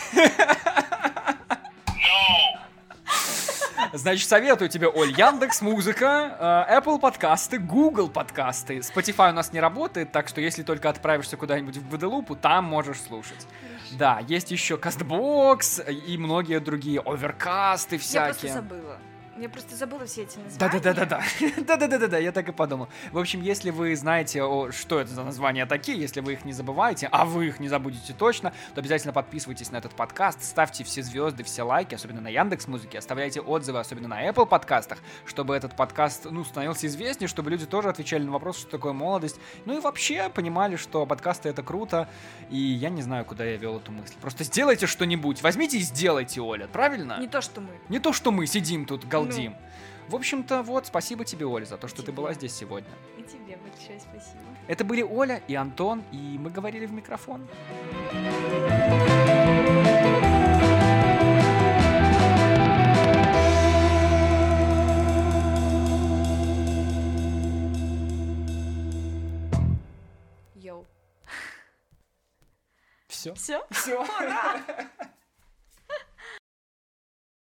Значит, советую тебе, Оль, Яндекс Музыка, э, Apple подкасты, Google подкасты. Spotify у нас не работает, так что если только отправишься куда-нибудь в Гваделупу, там можешь слушать. Хорошо. Да, есть еще Castbox и многие другие, оверкасты Я всякие. просто забыла. Я просто забыла все эти названия. Да-да-да-да-да. Да-да-да-да-да, я так и подумал. В общем, если вы знаете, о, что это за названия такие, если вы их не забываете, а вы их не забудете точно, то обязательно подписывайтесь на этот подкаст, ставьте все звезды, все лайки, особенно на Яндекс.Музыке, оставляйте отзывы, особенно на Apple подкастах, чтобы этот подкаст, ну, становился известнее, чтобы люди тоже отвечали на вопрос, что такое молодость, ну и вообще понимали, что подкасты — это круто, и я не знаю, куда я вел эту мысль. Просто сделайте что-нибудь, возьмите и сделайте, Оля, правильно? Не то, что мы. Не то, что мы сидим тут, галдим. В общем-то, вот, спасибо тебе, Оля, за то, что ты Тебе. была здесь сегодня. И тебе большое спасибо. Это были Оля и Антон, и мы говорили в микрофон. Йоу. Все. Все? Все.